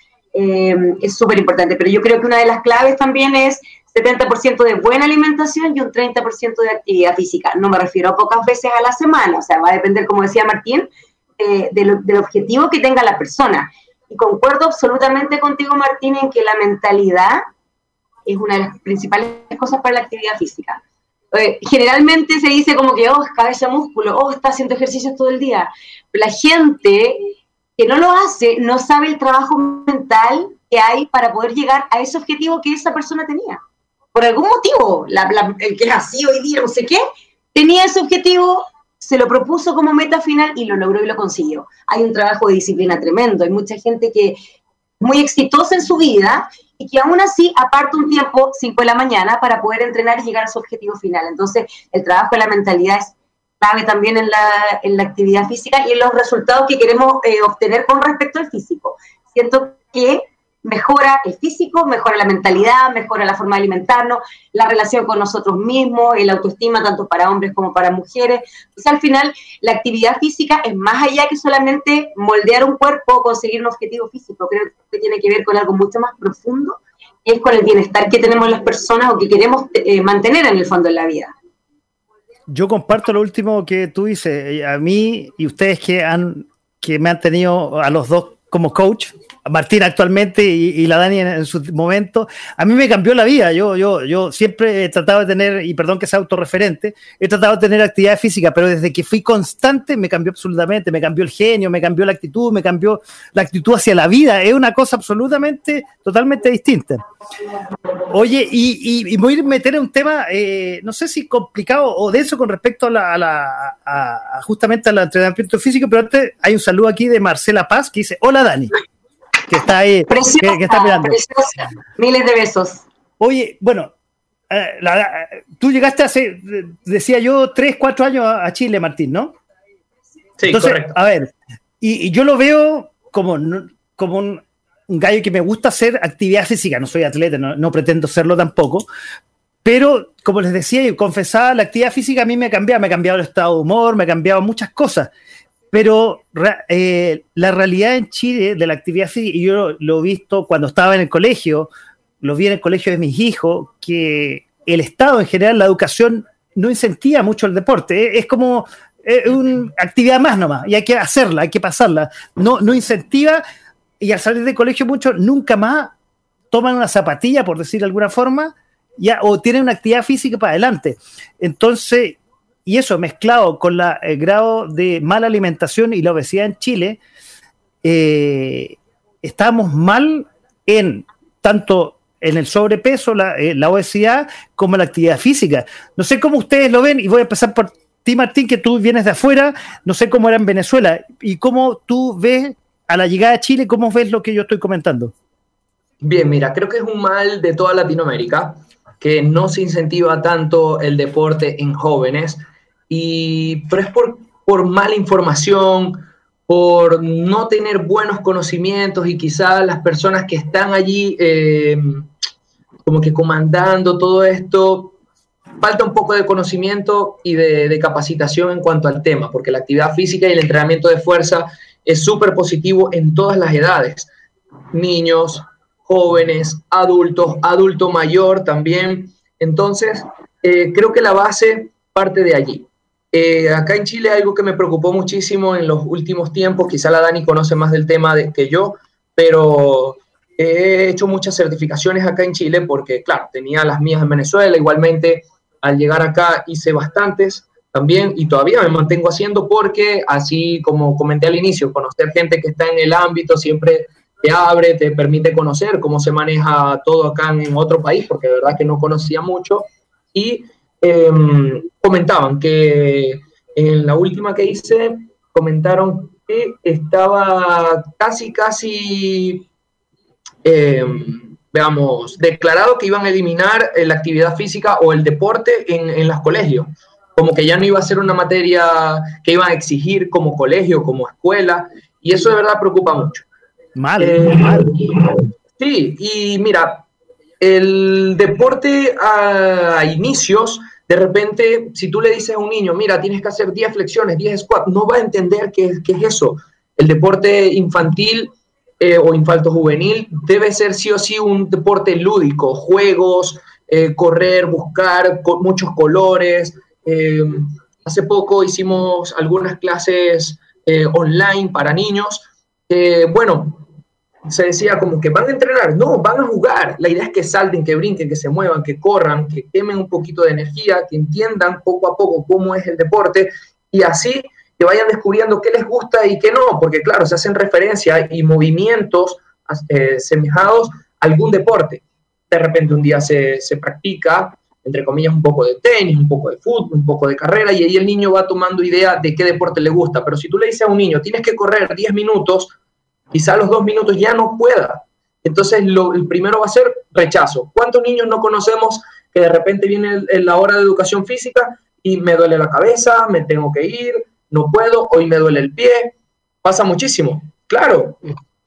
eh, es súper importante. Pero yo creo que una de las claves también es setenta por ciento de buena alimentación y un treinta por ciento de actividad física. No me refiero a pocas veces a la semana, o sea, va a depender, como decía Martín, eh, de lo, del objetivo que tenga la persona. Y concuerdo absolutamente contigo, Martín, en que la mentalidad es una de las principales cosas para la actividad física. Eh, generalmente se dice como que, oh, es cabeza músculo, oh, está haciendo ejercicios todo el día. Pero la gente que no lo hace no sabe el trabajo mental que hay para poder llegar a ese objetivo que esa persona tenía. Por algún motivo, la, la, el que es así hoy día, no sé qué, tenía ese objetivo, se lo propuso como meta final y lo logró y lo consiguió. Hay un trabajo de disciplina tremendo, hay mucha gente que es muy exitosa en su vida y que aún así aparta un tiempo, cinco de la mañana, para poder entrenar y llegar a su objetivo final. Entonces, el trabajo de la mentalidad es clave también en la, en la actividad física y en los resultados que queremos eh, obtener con respecto al físico. Siento que mejora el físico, mejora la mentalidad, mejora la forma de alimentarnos, la relación con nosotros mismos, el autoestima tanto para hombres como para mujeres. Entonces, al final, la actividad física es más allá que solamente moldear un cuerpo o conseguir un objetivo físico. Creo que tiene que ver con algo mucho más profundo, y es con el bienestar que tenemos las personas o que queremos eh, mantener en el fondo en la vida. Yo comparto lo último que tú dices. A mí y ustedes que, han, que me han tenido a los dos como coach, Martín actualmente y, y la Dani en, en su momento, a mí me cambió la vida. Yo, yo, yo siempre he tratado de tener, y perdón que sea autorreferente, he tratado de tener actividad física, pero desde que fui constante me cambió absolutamente, me cambió el genio, me cambió la actitud, me cambió la actitud hacia la vida. Es una cosa absolutamente, totalmente distinta. Oye, y, y, y voy a meter en un tema, eh, no sé si complicado o denso con respecto a, la, a, la, a, a justamente al entrenamiento físico, pero antes hay un saludo aquí de Marcela Paz que dice: hola Dani, que está ahí, preciosa, que, que está mirando. Preciosa. Miles de besos. Oye, bueno, eh, la, tú llegaste hace, decía yo, tres, cuatro años a, a Chile, Martín, ¿no? Sí, entonces, correcto. A ver, y, y yo lo veo como, como un, un gallo que me gusta hacer actividad física. No soy atleta, no, no pretendo serlo tampoco, pero como les decía y confesaba, la actividad física a mí me ha cambiado, me ha cambiado el estado de humor, me ha cambiado muchas cosas. Pero eh, la realidad en Chile de la actividad física, y yo lo, lo he visto cuando estaba en el colegio, lo vi en el colegio de mis hijos, que el Estado en general, la educación, no incentiva mucho el deporte. Es como eh, una actividad más nomás, y hay que hacerla, hay que pasarla. No, no incentiva, y al salir del colegio muchos nunca más toman una zapatilla, por decir de alguna forma, ya, o tienen una actividad física para adelante. Entonces, y eso mezclado con la, el grado de mala alimentación y la obesidad en Chile, eh, estamos mal en tanto en el sobrepeso, la, eh, la obesidad, como la actividad física. No sé cómo ustedes lo ven, y voy a empezar por ti, Martín, que tú vienes de afuera. No sé cómo era en Venezuela, y cómo tú ves a la llegada a Chile, cómo ves lo que yo estoy comentando. Bien, mira, creo que es un mal de toda Latinoamérica, que no se incentiva tanto el deporte en jóvenes, y, pero es por, por mala información, por no tener buenos conocimientos, y quizás las personas que están allí eh, como que comandando todo esto, falta un poco de conocimiento y de, de capacitación en cuanto al tema, porque la actividad física y el entrenamiento de fuerza es súper positivo en todas las edades, niños, jóvenes, adultos, adulto mayor también. Entonces, eh, creo que la base parte de allí. Eh, acá en Chile algo que me preocupó muchísimo en los últimos tiempos, quizá la Dani conoce más del tema de, que yo, pero he hecho muchas certificaciones acá en Chile porque, claro, tenía las mías en Venezuela, igualmente al llegar acá hice bastantes también, y todavía me mantengo haciendo porque, así como comenté al inicio, conocer gente que está en el ámbito siempre te abre, te permite conocer cómo se maneja todo acá en otro país, porque de verdad que no conocía mucho. Y eh, comentaban que en la última que hice, comentaron que estaba casi, casi, eh, veamos, declarado que iban a eliminar la actividad física o el deporte en, en los colegios. Como que ya no iba a ser una materia que iban a exigir como colegio, como escuela, y eso de verdad preocupa mucho. Mal, eh, mal. Sí, y mira, el deporte a, a inicios, de repente, si tú le dices a un niño, mira, tienes que hacer diez flexiones, diez squats, no va a entender qué, qué es eso. El deporte infantil eh, o infanto-juvenil debe ser sí o sí un deporte lúdico, juegos, eh, correr, buscar co- muchos colores. Eh, hace poco hicimos algunas clases eh, online para niños. Eh, bueno, se decía como que van a entrenar, no, van a jugar. La idea es que salten, que brinquen, que se muevan, que corran, que quemen un poquito de energía, que entiendan poco a poco cómo es el deporte, y así que vayan descubriendo qué les gusta y qué no, porque claro, se hacen referencia y movimientos eh, semejados a algún deporte. De repente un día se, se practica, entre comillas, un poco de tenis, un poco de fútbol, un poco de carrera, y ahí el niño va tomando idea de qué deporte le gusta. Pero si tú le dices a un niño, tienes que correr diez minutos, quizá a los dos minutos ya no pueda. Entonces, lo, el primero va a ser rechazo. ¿Cuántos niños no conocemos que de repente viene el, el, la hora de educación física y me duele la cabeza, me tengo que ir, no puedo, hoy me duele el pie? Pasa muchísimo, claro.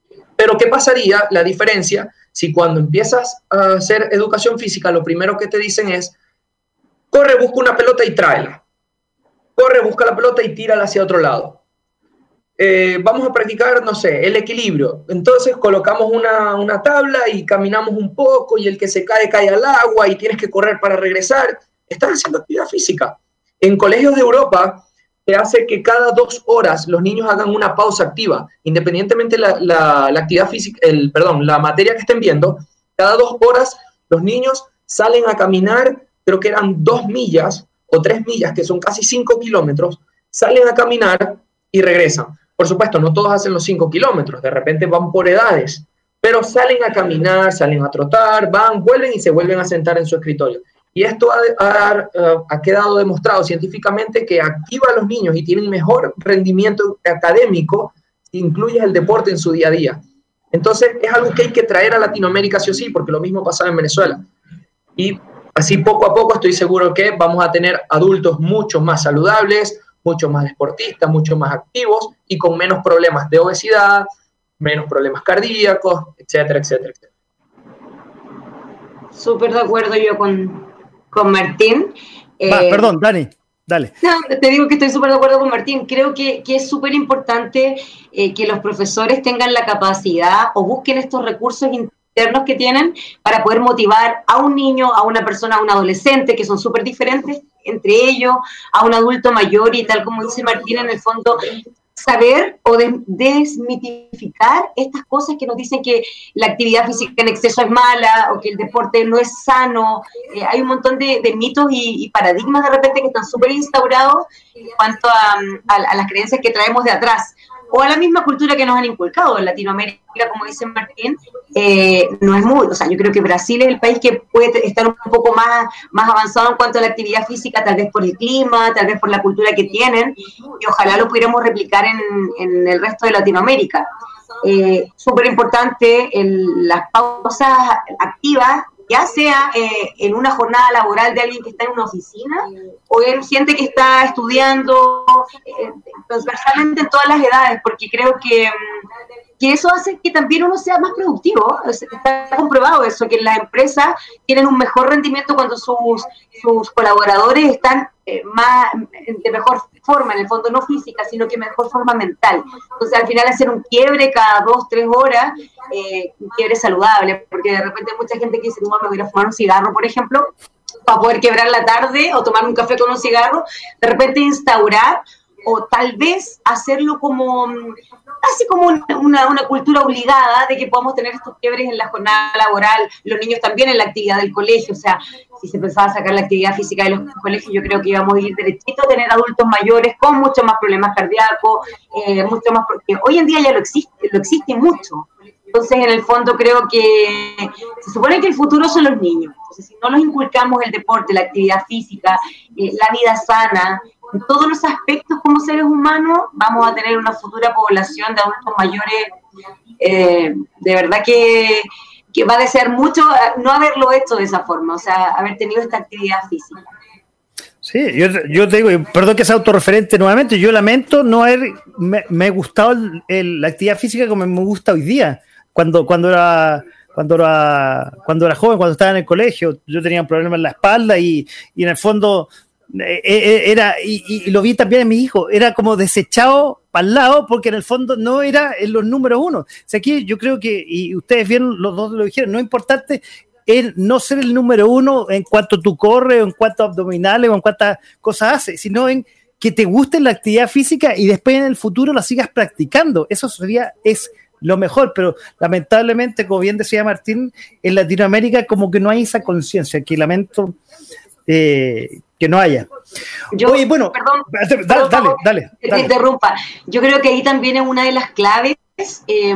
Pero ¿qué pasaría la diferencia si cuando empiezas a hacer educación física, lo primero que te dicen es, corre, busca una pelota y tráela. Corre, busca la pelota y tírala hacia otro lado. Eh, vamos a practicar, no sé, el equilibrio. Entonces colocamos una, una tabla y caminamos un poco y el que se cae, cae al agua y tienes que correr para regresar. Estás haciendo actividad física. En colegios de Europa se hace que cada dos horas los niños hagan una pausa activa, independientemente la, la, la actividad física, el, perdón, la materia que estén viendo, cada dos horas los niños salen a caminar, creo que eran dos millas o tres millas, que son casi cinco kilómetros, salen a caminar y regresan. Por supuesto, no todos hacen los cinco kilómetros, de repente van por edades, pero salen a caminar, salen a trotar, van, vuelven y se vuelven a sentar en su escritorio. Y esto ha, ha, ha quedado demostrado científicamente que activa a los niños y tienen mejor rendimiento académico si incluyes el deporte en su día a día. Entonces, es algo que hay que traer a Latinoamérica sí o sí, porque lo mismo pasaba en Venezuela. Y así poco a poco estoy seguro que vamos a tener adultos mucho más saludables, mucho más deportistas, mucho más activos y con menos problemas de obesidad, menos problemas cardíacos, etcétera, etcétera, etcétera. Súper de acuerdo yo con, con Martín. Va, eh, perdón, Dani, dale. No, te digo que estoy súper de acuerdo con Martín. Creo que, que es súper importante eh, que los profesores tengan la capacidad o busquen estos recursos internos que tienen para poder motivar a un niño, a una persona, a un adolescente, que son súper diferentes entre ellos, a un adulto mayor y tal como dice Martín, en el fondo, saber o de, desmitificar estas cosas que nos dicen que la actividad física en exceso es mala o que el deporte no es sano. Eh, hay un montón de, de mitos y, y paradigmas de repente que están súper instaurados en cuanto a, a, a las creencias que traemos de atrás o a la misma cultura que nos han inculcado en Latinoamérica, como dice Martín. Eh, no es muy, o sea, yo creo que Brasil es el país que puede estar un poco más, más avanzado en cuanto a la actividad física, tal vez por el clima, tal vez por la cultura que tienen, y ojalá lo pudiéramos replicar en, en el resto de Latinoamérica. Eh, súper importante el, las pausas activas, ya sea eh, en una jornada laboral de alguien que está en una oficina o en gente que está estudiando eh, transversalmente en todas las edades, porque creo que, que eso hace que también uno sea más productivo. Está comprobado eso, que las empresas tienen un mejor rendimiento cuando sus, sus colaboradores están eh, más de mejor forma, en el fondo no física, sino que mejor forma mental. Entonces al final hacer un quiebre cada dos, tres horas, eh, un quiebre saludable, porque de repente hay mucha gente que dice, no, me voy a ir a fumar un cigarro, por ejemplo, para poder quebrar la tarde o tomar un café con un cigarro, de repente instaurar o tal vez hacerlo como, así como una, una cultura obligada de que podamos tener estos quiebres en la jornada laboral, los niños también en la actividad del colegio. O sea, si se pensaba sacar la actividad física de los colegios, yo creo que íbamos a ir derechito a tener adultos mayores con muchos más problemas cardíacos, eh, mucho más, porque hoy en día ya lo existe, lo existe mucho. Entonces, en el fondo, creo que se supone que el futuro son los niños. Entonces, si no los inculcamos el deporte, la actividad física, eh, la vida sana, en todos los aspectos como seres humanos, vamos a tener una futura población de adultos mayores, eh, de verdad que, que va a desear mucho no haberlo hecho de esa forma, o sea, haber tenido esta actividad física. Sí, yo, yo te digo, perdón que sea autorreferente nuevamente, yo lamento no haber, me, me ha gustado el, el, la actividad física como me gusta hoy día, cuando, cuando era... Cuando era, cuando era joven, cuando estaba en el colegio, yo tenía un problema en la espalda y, y en el fondo eh, era, y, y lo vi también en mi hijo, era como desechado para el lado porque en el fondo no era en los números uno. O sea, aquí yo creo que, y ustedes bien los dos lo dijeron, no es importante es no ser el número uno en cuanto tú corres, o en cuanto a abdominales, o en cuántas cosas haces, sino en que te guste la actividad física y después en el futuro la sigas practicando. Eso sería, es lo mejor, pero lamentablemente, como bien decía Martín, en Latinoamérica como que no hay esa conciencia, que lamento eh, que no haya. Yo, Oye, bueno, perdón, dale, perdón, dale, dale, que dale. te interrumpa. Yo creo que ahí también es una de las claves, eh,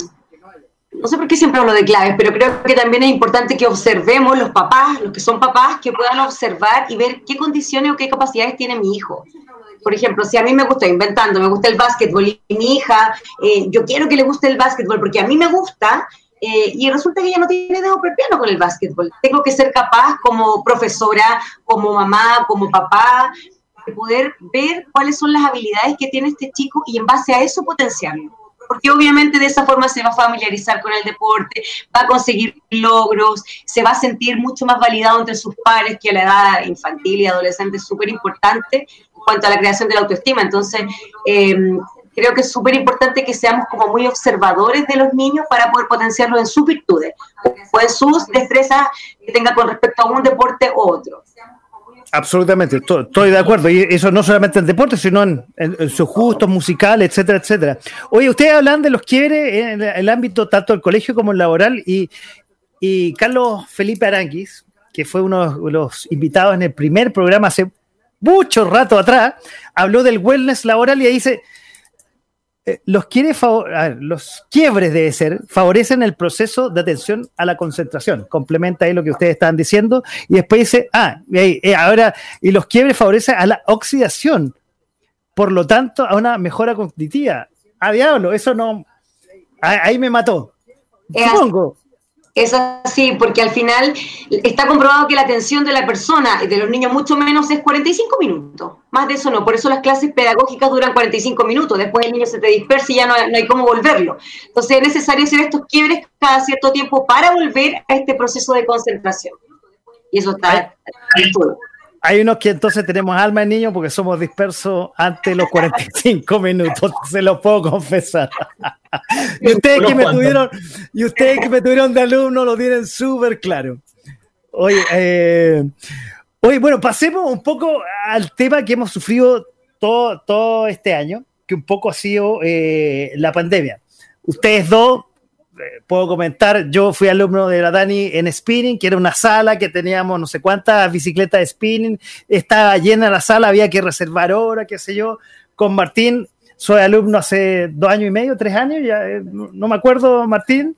no sé por qué siempre hablo de claves, pero creo que también es importante que observemos los papás, los que son papás, que puedan observar y ver qué condiciones o qué capacidades tiene mi hijo. Por ejemplo, si a mí me gusta, inventando, me gusta el básquetbol y mi hija, eh, yo quiero que le guste el básquetbol porque a mí me gusta, eh, y resulta que ella no tiene dedo para el piano con el básquetbol. Tengo que ser capaz como profesora, como mamá, como papá, de poder ver cuáles son las habilidades que tiene este chico y en base a eso potenciarlo. porque obviamente de esa forma se va a familiarizar con el deporte, va a conseguir logros, se va a sentir mucho más validado entre sus pares, que a la edad infantil y adolescente es súper importante en cuanto a la creación de la autoestima. Entonces, eh, creo que es súper importante que seamos como muy observadores de los niños para poder potenciarlos en sus virtudes o en sus destrezas que tengan con respecto a un deporte u otro. Absolutamente, estoy de acuerdo, y eso no solamente en deporte, sino en, en, en sus gustos musicales, etcétera, etcétera. Oye, ustedes hablan de los quiebres en el ámbito tanto del colegio como el laboral, y, y Carlos Felipe Aranguis, que fue uno de los invitados en el primer programa hace mucho rato atrás, habló del wellness laboral y ahí dice, eh, los, quiere favor- a ver, los quiebres debe ser, favorecen el proceso de atención a la concentración, complementa ahí lo que ustedes estaban diciendo, y después dice, ah, y, y ahora, y los quiebres favorecen a la oxidación, por lo tanto, a una mejora cognitiva. Ah, diablo, eso no, ahí, ahí me mató, supongo. Es así, porque al final está comprobado que la atención de la persona y de los niños mucho menos es cuarenta y cinco minutos, más de eso no, por eso las clases pedagógicas duran cuarenta y cinco minutos, después el niño se te dispersa y ya no, no hay cómo volverlo. Entonces es necesario hacer estos quiebres cada cierto tiempo para volver a este proceso de concentración. Y eso está en todo. Hay unos que entonces tenemos alma de niño porque somos dispersos antes de los cuarenta y cinco minutos, se los puedo confesar. Y ustedes que me tuvieron, y ustedes que me tuvieron de alumno lo tienen súper claro. Oye, eh, oye, bueno, pasemos un poco al tema que hemos sufrido todo, todo este año, que un poco ha sido eh, la pandemia. Ustedes dos, eh, puedo comentar, yo fui alumno de la Dani en spinning, que era una sala que teníamos no sé cuántas bicicletas de spinning, estaba llena la sala, había que reservar horas, qué sé yo. Con Martín, soy alumno hace dos años y medio, tres años, ya eh, no, no me acuerdo, Martín,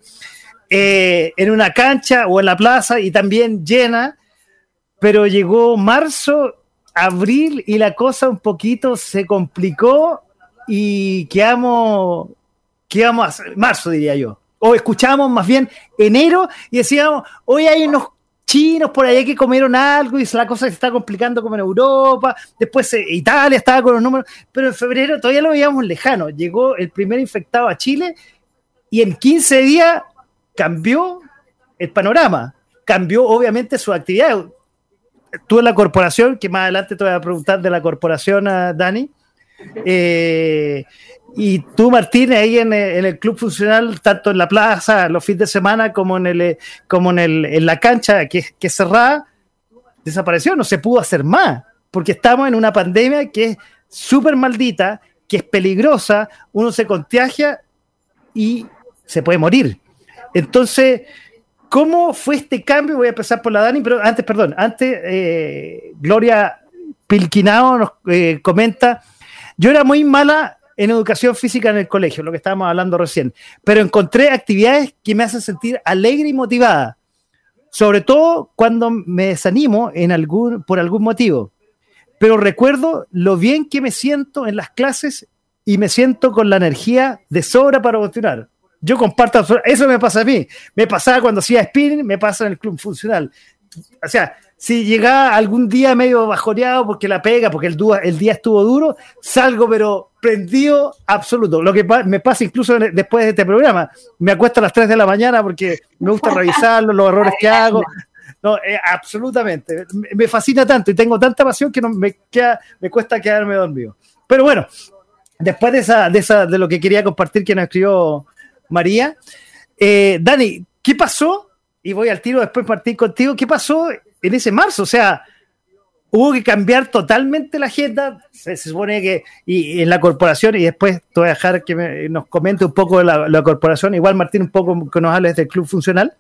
eh, en una cancha o en la plaza y también llena, pero llegó marzo, abril y la cosa un poquito se complicó y quedamos, quedamos a hacer, marzo diría yo, o escuchábamos más bien enero y decíamos, hoy hay unos chinos por allá que comieron algo y la cosa se está complicando como en Europa, después eh, Italia estaba con los números, pero en febrero todavía lo veíamos lejano, llegó el primer infectado a Chile y en quince días cambió el panorama, cambió obviamente su actividad. Tú en la corporación, que más adelante te voy a preguntar de la corporación, a Dani, eh, y tú, Martín, ahí en, en el club funcional, tanto en la plaza, los fines de semana, como en el como en, el, en la cancha que, que es cerrada, desapareció, no se pudo hacer más, porque estamos en una pandemia que es súper maldita, que es peligrosa, uno se contagia y se puede morir. Entonces, ¿cómo fue este cambio? Voy a empezar por la Dani, pero antes, perdón, antes eh, Gloria Pilquinao nos eh, comenta, yo era muy mala en educación física en el colegio, lo que estábamos hablando recién, pero encontré actividades que me hacen sentir alegre y motivada, sobre todo cuando me desanimo en algún, por algún motivo, pero recuerdo lo bien que me siento en las clases y me siento con la energía de sobra para continuar. Yo comparto, eso me pasa a mí, me pasaba cuando hacía spinning, me pasa en el club funcional. O sea, si llegaba algún día medio bajoneado porque la pega, porque el, día, el día estuvo duro, salgo pero prendido absoluto. Lo que pa- me pasa incluso después de este programa, me acuesto a las tres de la mañana porque me gusta revisarlo, los errores que hago. No, eh, absolutamente, me, me fascina tanto y tengo tanta pasión que no me, queda, me cuesta quedarme dormido. Pero bueno, después de, esa, de, esa, de lo que quería compartir que nos escribió María, eh, Dani, ¿qué pasó? Y voy al tiro después partir contigo. ¿Qué pasó en ese marzo? O sea, hubo que cambiar totalmente la agenda. Se, se supone que y, y en la corporación, y después te voy a dejar que me, nos comente un poco la, la corporación. Igual, Martín, un poco que nos hables del club funcional.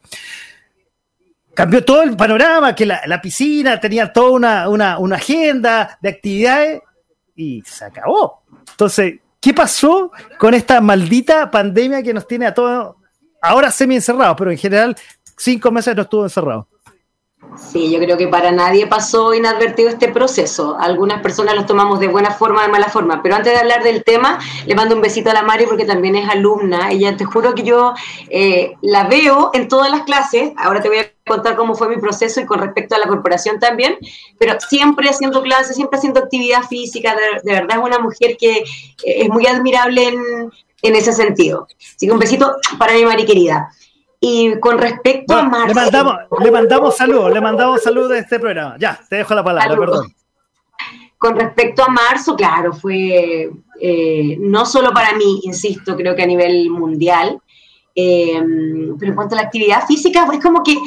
Cambió todo el panorama, que la, la piscina tenía toda una, una, una agenda de actividades y se acabó. Entonces, ¿qué pasó con esta maldita pandemia que nos tiene a todos ahora semi encerrados, pero en general cinco meses no estuvo encerrado? Sí, yo creo que para nadie pasó inadvertido este proceso. Algunas personas los tomamos de buena forma, de mala forma. Pero antes de hablar del tema, le mando un besito a la Mari porque también es alumna. Ella, te juro que yo eh, la veo en todas las clases. Ahora te voy a contar cómo fue mi proceso y con respecto a la corporación también. Pero siempre haciendo clases, siempre haciendo actividad física. De, de verdad es una mujer que eh, es muy admirable en, en ese sentido. Así que un besito para mi Mari querida. Y con respecto bueno, a marzo... Le mandamos, le mandamos saludos, le mandamos saludos de este programa. Ya, te dejo la palabra, saludos. Perdón. Con respecto a marzo, claro, fue eh, no solo para mí, insisto, creo que a nivel mundial, eh, pero en cuanto a la actividad física, es como que,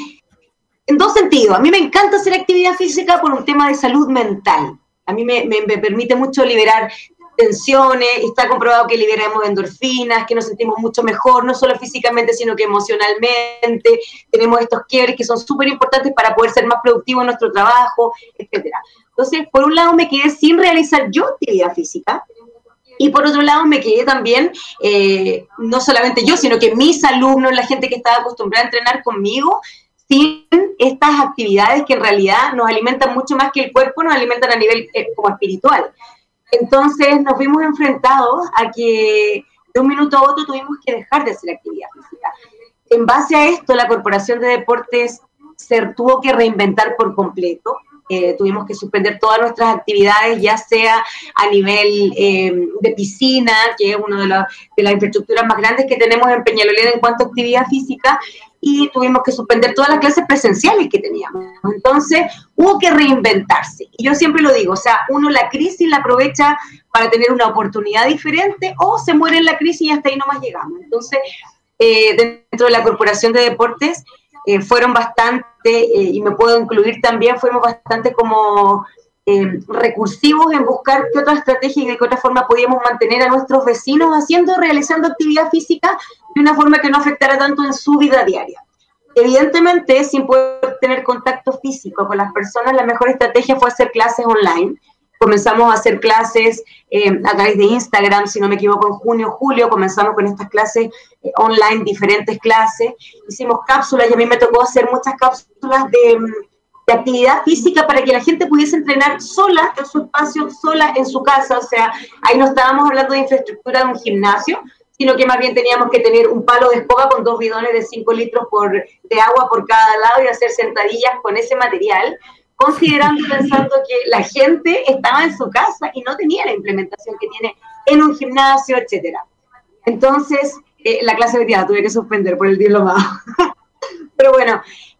en dos sentidos, a mí me encanta hacer actividad física por un tema de salud mental. A mí me, me, me permite mucho liberar tensiones, está comprobado que liberamos endorfinas, que nos sentimos mucho mejor, no solo físicamente, sino que emocionalmente, tenemos estos quiebres que son súper importantes para poder ser más productivos en nuestro trabajo, etcétera. Entonces, por un lado me quedé sin realizar yo actividad física, y por otro lado me quedé también, eh, no solamente yo, sino que mis alumnos, la gente que estaba acostumbrada a entrenar conmigo, sin estas actividades que en realidad nos alimentan mucho más que el cuerpo, nos alimentan a nivel eh, como espiritual. Entonces nos vimos enfrentados a que de un minuto a otro tuvimos que dejar de hacer actividad física. En base a esto, la Corporación de Deportes se tuvo que reinventar por completo. Eh, tuvimos que suspender todas nuestras actividades, ya sea a nivel eh, de piscina, que es una de, la, de las infraestructuras más grandes que tenemos en Peñalolén en cuanto a actividad física, y tuvimos que suspender todas las clases presenciales que teníamos. Entonces, hubo que reinventarse. Y yo siempre lo digo, o sea, uno la crisis la aprovecha para tener una oportunidad diferente, o se muere en la crisis y hasta ahí nomás llegamos. Entonces, eh, dentro de la Corporación de Deportes, eh, fueron bastante, eh, y me puedo incluir también, fuimos bastante como eh, recursivos en buscar qué otra estrategia y de qué otra forma podíamos mantener a nuestros vecinos haciendo, realizando actividad física de una forma que no afectara tanto en su vida diaria. Evidentemente, sin poder tener contacto físico con las personas, la mejor estrategia fue hacer clases online. Comenzamos a hacer clases eh, a través de Instagram, si no me equivoco, en junio, julio, comenzamos con estas clases eh, online, diferentes clases. Hicimos cápsulas y a mí me tocó hacer muchas cápsulas de, de actividad física para que la gente pudiese entrenar sola en su espacio, sola en su casa. O sea, ahí no estábamos hablando de infraestructura de un gimnasio, sino que más bien teníamos que tener un palo de escoba con dos bidones de cinco litros por, de agua por cada lado y hacer sentadillas con ese material, considerando y pensando que la gente estaba en su casa y no tenía la implementación que tiene en un gimnasio, etcétera. Entonces, eh, la clase de día tuve que suspender por el diplomado. Pero bueno,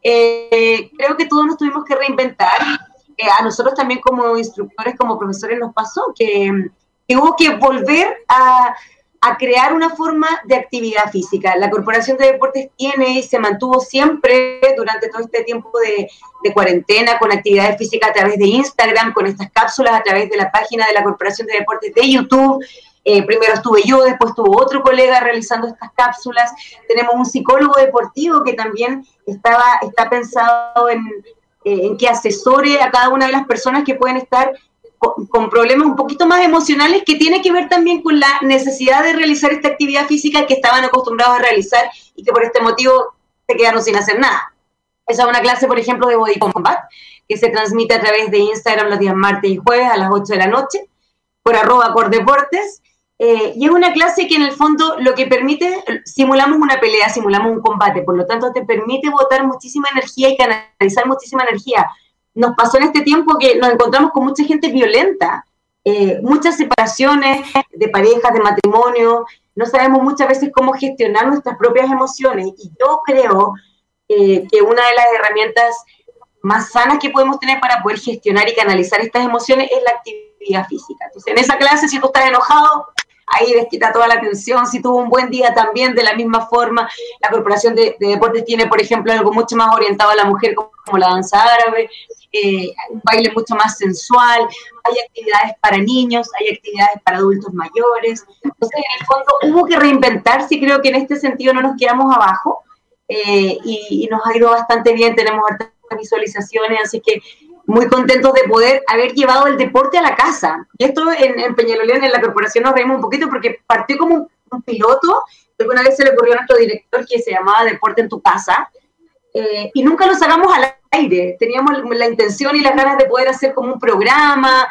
eh, creo que todos nos tuvimos que reinventar. Eh, a nosotros también como instructores, como profesores nos pasó que, que hubo que volver a... a crear una forma de actividad física. La Corporación de Deportes tiene y se mantuvo siempre durante todo este tiempo de, de cuarentena con actividades físicas a través de Instagram, con estas cápsulas a través de la página de la Corporación de Deportes de YouTube. Eh, primero estuve yo, después estuvo otro colega realizando estas cápsulas. Tenemos un psicólogo deportivo que también estaba, está pensado en, eh, en que asesore a cada una de las personas que pueden estar con problemas un poquito más emocionales, que tiene que ver también con la necesidad de realizar esta actividad física que estaban acostumbrados a realizar y que por este motivo se quedaron sin hacer nada. Esa es una clase, por ejemplo, de Body Combat, que se transmite a través de Instagram los días martes y jueves a las ocho de la noche, por arroba Cordeportes, eh, y es una clase que en el fondo lo que permite, simulamos una pelea, simulamos un combate, por lo tanto te permite botar muchísima energía y canalizar muchísima energía. Nos pasó en este tiempo que nos encontramos con mucha gente violenta, eh, muchas separaciones de parejas, de matrimonio, no sabemos muchas veces cómo gestionar nuestras propias emociones, y yo creo eh, que una de las herramientas más sanas que podemos tener para poder gestionar y canalizar estas emociones es la actividad física. Entonces, en esa clase, si tú estás enojado, ahí desquita toda la tensión. Si tuvo un buen día, también de la misma forma. La Corporación de, de Deportes tiene, por ejemplo, algo mucho más orientado a la mujer, como, como la danza árabe, eh, un baile mucho más sensual, hay actividades para niños, hay actividades para adultos mayores. Entonces, en el fondo, hubo que reinventarse, y creo que en este sentido no nos quedamos abajo, eh, y, y nos ha ido bastante bien, tenemos hartas visualizaciones, así que muy contentos de poder haber llevado el deporte a la casa. Y esto en, en Peñalolén, en la corporación, nos reímos un poquito porque partió como un, un piloto. Alguna vez se le ocurrió a nuestro director, que se llamaba Deporte en tu Casa, eh, y nunca lo sacamos al aire. Teníamos la intención y las ganas de poder hacer como un programa,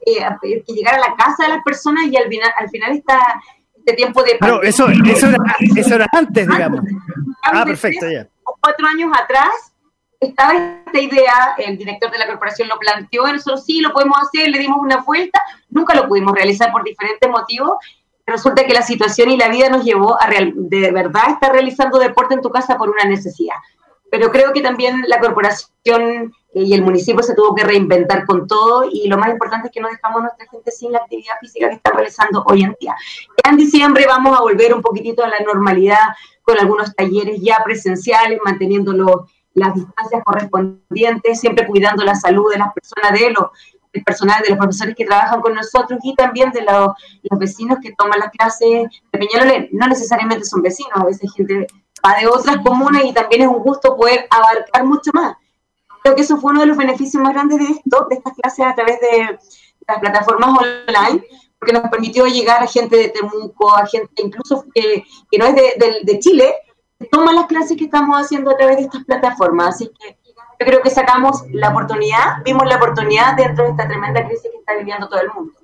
eh, que llegara a la casa de las personas, y al final, al final está este tiempo de... Pero eso, eso, era, eso era antes, digamos. Antes, ah, perfecto, ya. O cuatro años atrás, estaba esta idea, el director de la corporación lo planteó, y nosotros sí lo podemos hacer, le dimos una vuelta, nunca lo pudimos realizar por diferentes motivos, resulta que la situación y la vida nos llevó a real, de verdad estar realizando deporte en tu casa por una necesidad. Pero creo que también la corporación y el municipio se tuvo que reinventar con todo, y lo más importante es que no dejamos a nuestra gente sin la actividad física que están realizando hoy en día. Ya en diciembre vamos a volver un poquitito a la normalidad con algunos talleres ya presenciales, manteniendo los, las distancias correspondientes, siempre cuidando la salud de las personas, de los del personal, de los profesores que trabajan con nosotros y también de los, los vecinos que toman las clases de Peñalolén. No necesariamente son vecinos, a veces gente va de otras comunas y también es un gusto poder abarcar mucho más. Creo que eso fue uno de los beneficios más grandes de esto, de estas clases a través de las plataformas online, porque nos permitió llegar a gente de Temuco, a gente incluso que, que no es de, de, de Chile, que toman las clases que estamos haciendo a través de estas plataformas. Así que yo creo que sacamos la oportunidad, vimos la oportunidad dentro de esta tremenda crisis que está viviendo todo el mundo.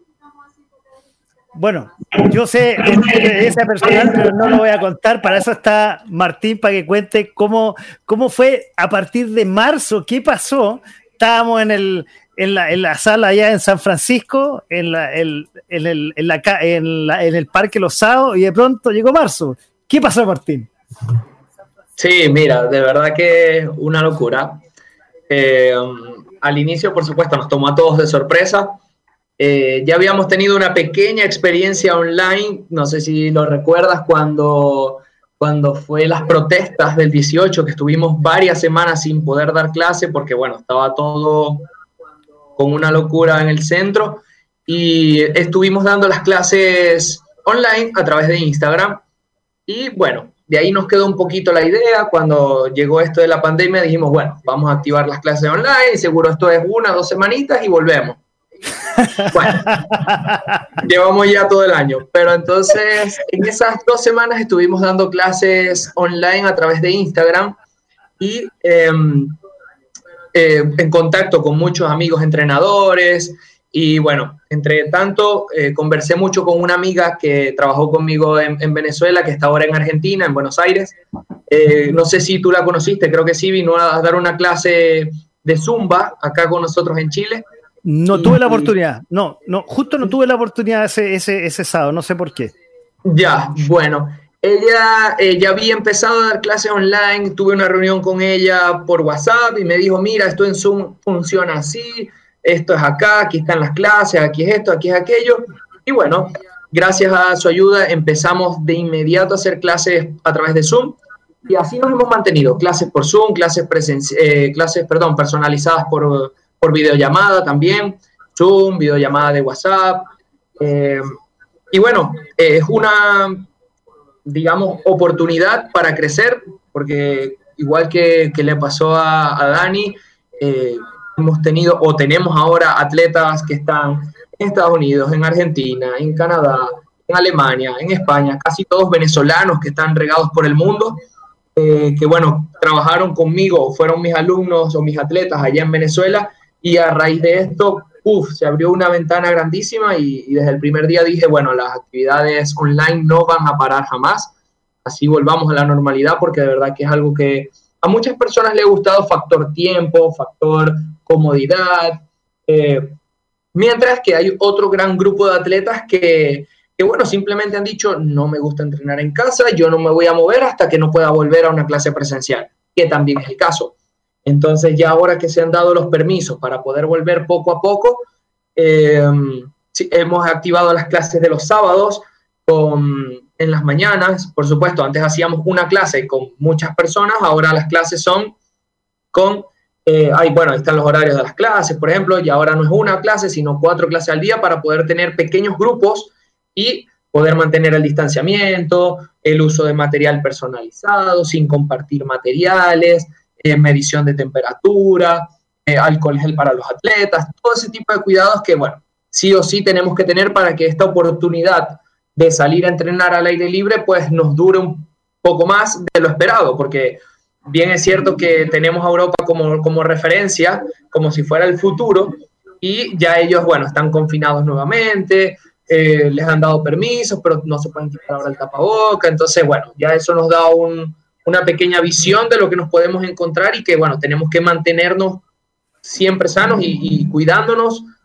Bueno, yo sé de esa personal, pero no lo voy a contar. Para eso está Martín, para que cuente cómo, cómo fue a partir de marzo, qué pasó. Estábamos en, el, en, la, en la sala allá en San Francisco, en, la, el, en, el, en, la, en, la, en el Parque Los Sábados, y de pronto llegó marzo. ¿Qué pasó, Martín? Sí, mira, de verdad que es una locura. Eh, al inicio, por supuesto, nos tomó a todos de sorpresa. Eh, ya habíamos tenido una pequeña experiencia online, no sé si lo recuerdas, cuando, cuando fue las protestas del dieciocho, que estuvimos varias semanas sin poder dar clase porque, bueno, estaba todo con una locura en el centro, y estuvimos dando las clases online a través de Instagram. Y, bueno, de ahí nos quedó un poquito la idea. Cuando llegó esto de la pandemia dijimos, bueno, vamos a activar las clases online, seguro esto es una, dos semanitas y volvemos. Bueno, llevamos ya todo el año, pero entonces en esas dos semanas estuvimos dando clases online a través de Instagram y eh, eh, en contacto con muchos amigos entrenadores. Y bueno, entre tanto, eh, conversé mucho con una amiga que trabajó conmigo en, en Venezuela, que está ahora en Argentina, en Buenos Aires. Eh, no sé si tú la conociste, creo que sí, vino a dar una clase de Zumba acá con nosotros en Chile. No y, tuve la oportunidad, no, no, justo no tuve la oportunidad ese, ese, ese sábado, no sé por qué. Ya, bueno, ella eh, ya había empezado a dar clases online, tuve una reunión con ella por WhatsApp y me dijo, mira, esto en Zoom funciona así, esto es acá, aquí están las clases, aquí es esto, aquí es aquello. Y bueno, gracias a su ayuda empezamos de inmediato a hacer clases a través de Zoom y así nos hemos mantenido, clases por Zoom, clases, presen- eh, clases perdón, personalizadas por... por videollamada también, Zoom, videollamada de WhatsApp. Eh, y bueno, eh, es una, digamos, oportunidad para crecer, porque igual que, que le pasó a, a Dani, eh, hemos tenido o tenemos ahora atletas que están en Estados Unidos, en Argentina, en Canadá, en Alemania, en España, casi todos venezolanos que están regados por el mundo, eh, que bueno, trabajaron conmigo, fueron mis alumnos o mis atletas allá en Venezuela. Y a raíz de esto, uf, se abrió una ventana grandísima y, y desde el primer día dije, bueno, las actividades online no van a parar jamás, así volvamos a la normalidad, porque de verdad que es algo que a muchas personas le ha gustado, factor tiempo, factor comodidad, eh, mientras que hay otro gran grupo de atletas que, que, bueno, simplemente han dicho, no me gusta entrenar en casa, yo no me voy a mover hasta que no pueda volver a una clase presencial, que también es el caso. Entonces ya ahora que se han dado los permisos para poder volver poco a poco, eh, sí, hemos activado las clases de los sábados con, en las mañanas. Por supuesto, antes hacíamos una clase con muchas personas, ahora las clases son con, eh, ay, bueno, ahí están los horarios de las clases, por ejemplo, y ahora no es una clase, sino cuatro clases al día para poder tener pequeños grupos y poder mantener el distanciamiento, el uso de material personalizado, sin compartir materiales, Eh, medición de temperatura, eh, alcohol gel para los atletas, todo ese tipo de cuidados que, bueno, sí o sí tenemos que tener para que esta oportunidad de salir a entrenar al aire libre, pues nos dure un poco más de lo esperado, porque bien es cierto que tenemos a Europa como, como referencia, como si fuera el futuro, y ya ellos, bueno, están confinados nuevamente, eh, les han dado permisos, pero no se pueden quitar ahora el tapaboca, entonces, bueno, ya eso nos da un... una pequeña visión de lo que nos podemos encontrar y que, bueno, tenemos que mantenernos siempre sanos y, y cuidándonos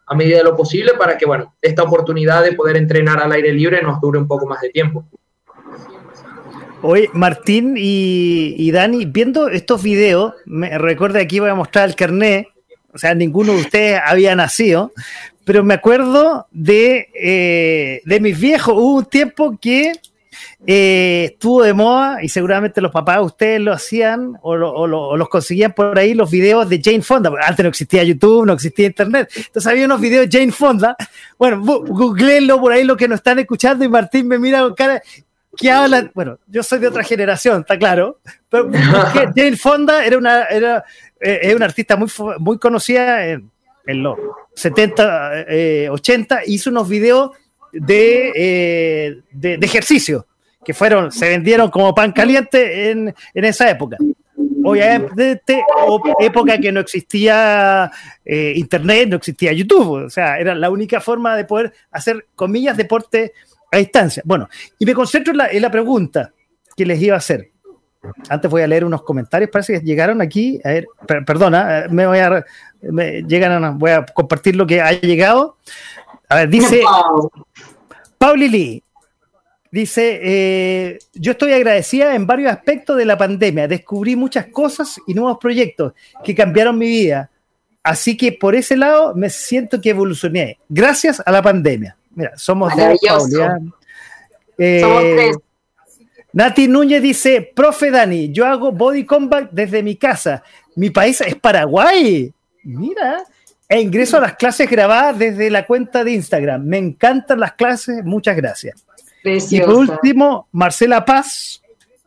a medida de lo posible para que, bueno, esta oportunidad de poder entrenar al aire libre nos dure un poco más de tiempo. Oye, Martín y, y Dani, viendo estos videos, me recuerda, aquí voy a mostrar el carnet, o sea, ninguno de ustedes había nacido, pero me acuerdo de, eh, de mis viejos. Hubo un tiempo que eh, estuvo de moda, y seguramente los papás de ustedes lo hacían o, lo, o, lo, o los conseguían por ahí, los videos de Jane Fonda. Antes no existía YouTube, no existía Internet, entonces había unos videos de Jane Fonda. Bueno, googleenlo por ahí, los que nos están escuchando, y Martín me mira con cara que hablan. Bueno, yo soy de otra generación, está claro, pero Jane Fonda era una, era, eh, es una artista muy, muy conocida en, en los setenta, eh, ochenta, hizo unos videos de, eh, de, de ejercicio que fueron, se vendieron como pan caliente en, en esa época. Obviamente, época que no existía eh, internet, no existía YouTube, o sea, era la única forma de poder hacer, comillas, deporte a distancia. Bueno, y me concentro en la, en la pregunta que les iba a hacer. Antes voy a leer unos comentarios, parece que llegaron aquí. A ver, per, perdona, me voy a, me llegan a, voy a compartir lo que ha llegado. A ver, dice Pauli Lee, dice, eh, yo estoy agradecida en varios aspectos de la pandemia. Descubrí muchas cosas y nuevos proyectos que cambiaron mi vida. Así que por ese lado me siento que evolucioné gracias a la pandemia. Mira, somos dos, Pauli, eh, somos tres. Nati Núñez dice, profe Dani, yo hago body combat desde mi casa. Mi país es Paraguay. Mira, e ingreso a las clases grabadas desde la cuenta de Instagram. Me encantan las clases, muchas gracias. Preciosa. Y por último, Marcela Paz.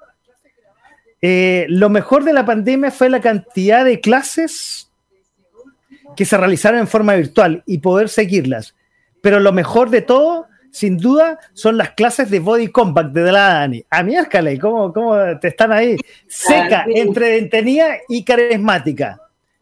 Eh, lo mejor de la pandemia fue la cantidad de clases que se realizaron en forma virtual y poder seguirlas. Pero lo mejor de todo, sin duda, son las clases de body combat de la Dani. A mí, Escalay, ¿cómo, ¿cómo te están ahí? Seca, entretenida y carismática.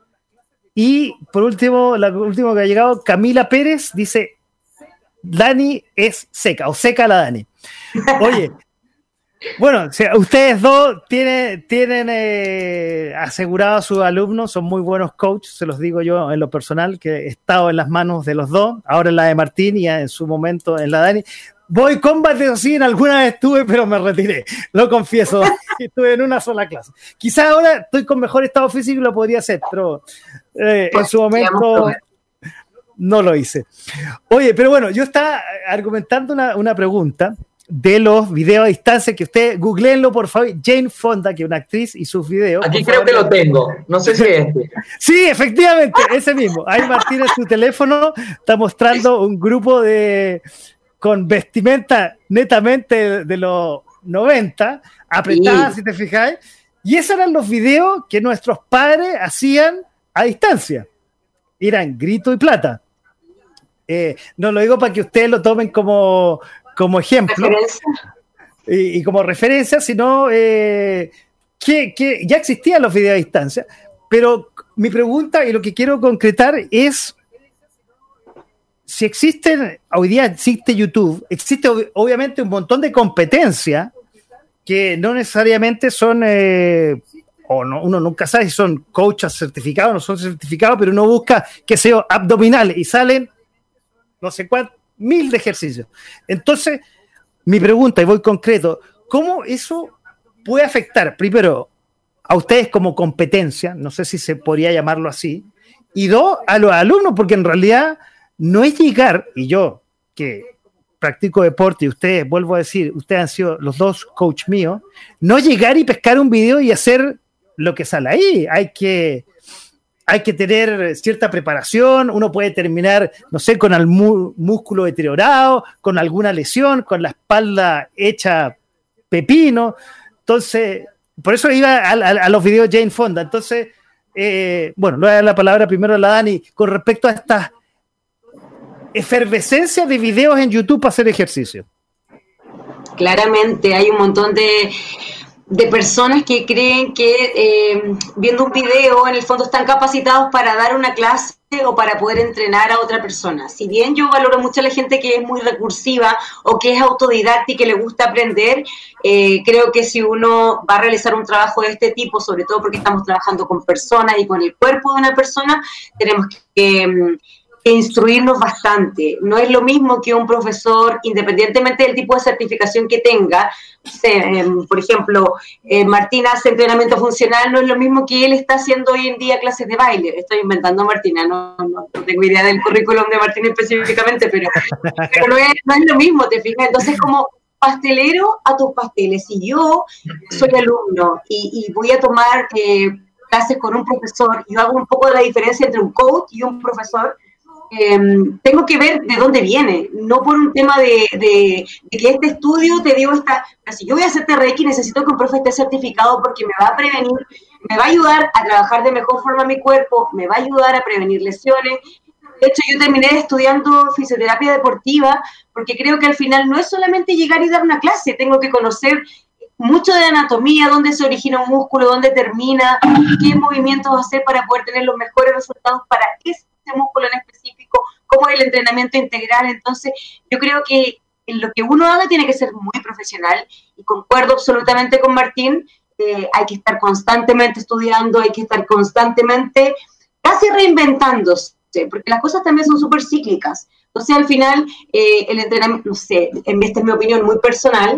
Y por último, lo último que ha llegado, Camila Pérez dice, Dani es seca, o seca la Dani. Oye, bueno, ustedes dos tienen, tienen eh, asegurado a sus alumnos, son muy buenos coaches, se los digo yo en lo personal, que he estado en las manos de los dos, ahora en la de Martín y en su momento en la Dani. Voy combat, sí, en alguna vez estuve, pero me retiré, lo confieso, estuve en una sola clase. Quizás ahora estoy con mejor estado físico y lo podría hacer, pero eh, en su momento no lo hice. Oye, pero bueno, yo estaba argumentando una, una pregunta de los videos a distancia, que ustedes googleenlo por favor, Jane Fonda, que es una actriz, y sus videos. Aquí creo favor, que lo tengo, no sé si es este. Sí, efectivamente, ese mismo. Ahí Martín en su teléfono está mostrando un grupo de con vestimenta netamente de los noventa, apretada, sí. Si te fijáis, y esos eran los videos que nuestros padres hacían a distancia. Eran grito y plata. Eh, no lo digo para que ustedes lo tomen como como ejemplo y, y como referencia, sino eh, que, que ya existían los videos a distancia, pero mi pregunta y lo que quiero concretar es si existen, hoy día existe YouTube, existe obviamente un montón de competencia que no necesariamente son, eh, o no, uno nunca sabe si son coaches certificados o no son certificados, pero uno busca, qué sé yo, abdominales y salen no sé cuántos, mil de ejercicios. Entonces, mi pregunta, y voy concreto, ¿cómo eso puede afectar, primero, a ustedes como competencia, no sé si se podría llamarlo así, y dos, a los alumnos, porque en realidad no es llegar, y yo, que practico deporte, y ustedes, vuelvo a decir, ustedes han sido los dos coach míos, no llegar y pescar un video y hacer lo que sale ahí, hay que... Hay que tener cierta preparación, uno puede terminar, no sé, con el mu- músculo deteriorado, con alguna lesión, con la espalda hecha pepino. Entonces, por eso iba a, a, a los videos de Jane Fonda. Entonces, eh, bueno, le voy a dar la palabra primero a la Dani con respecto a esta efervescencia de videos en YouTube para hacer ejercicio. Claramente, hay un montón de... de personas que creen que eh, viendo un video en el fondo están capacitados para dar una clase o para poder entrenar a otra persona. Si bien yo valoro mucho a la gente que es muy recursiva o que es autodidacta y que le gusta aprender, eh, creo que si uno va a realizar un trabajo de este tipo, sobre todo porque estamos trabajando con personas y con el cuerpo de una persona, tenemos que, que instruirnos bastante. No es lo mismo que un profesor, independientemente del tipo de certificación que tenga, no sé, eh, por ejemplo, eh, Martín hace entrenamiento funcional, no es lo mismo que él está haciendo hoy en día clases de baile. Estoy inventando a Martina, no, no, no tengo idea del currículum de Martín específicamente, pero, pero no, es, no es lo mismo, ¿te fijas? Entonces, como pastelero a tus pasteles. Si yo soy alumno y, y voy a tomar eh, clases con un profesor, yo hago un poco de la diferencia entre un coach y un profesor. Eh, tengo que ver de dónde viene, no por un tema de, de, de que este estudio te digo, esta, si yo voy a hacerte Reiki, necesito que un profe esté certificado porque me va a prevenir, me va a ayudar a trabajar de mejor forma mi cuerpo, me va a ayudar a prevenir lesiones. De hecho, yo terminé estudiando fisioterapia deportiva porque creo que al final no es solamente llegar y dar una clase, tengo que conocer mucho de anatomía, dónde se origina un músculo, dónde termina, qué movimientos hacer para poder tener los mejores resultados para ese músculo en específico, cómo es el entrenamiento integral. Entonces, yo creo que lo que uno haga tiene que ser muy profesional y concuerdo absolutamente con Martín, eh, hay que estar constantemente estudiando, hay que estar constantemente casi reinventándose, porque las cosas también son súper cíclicas. Entonces, al final, eh, el entrenamiento, no sé, esta es mi opinión muy personal,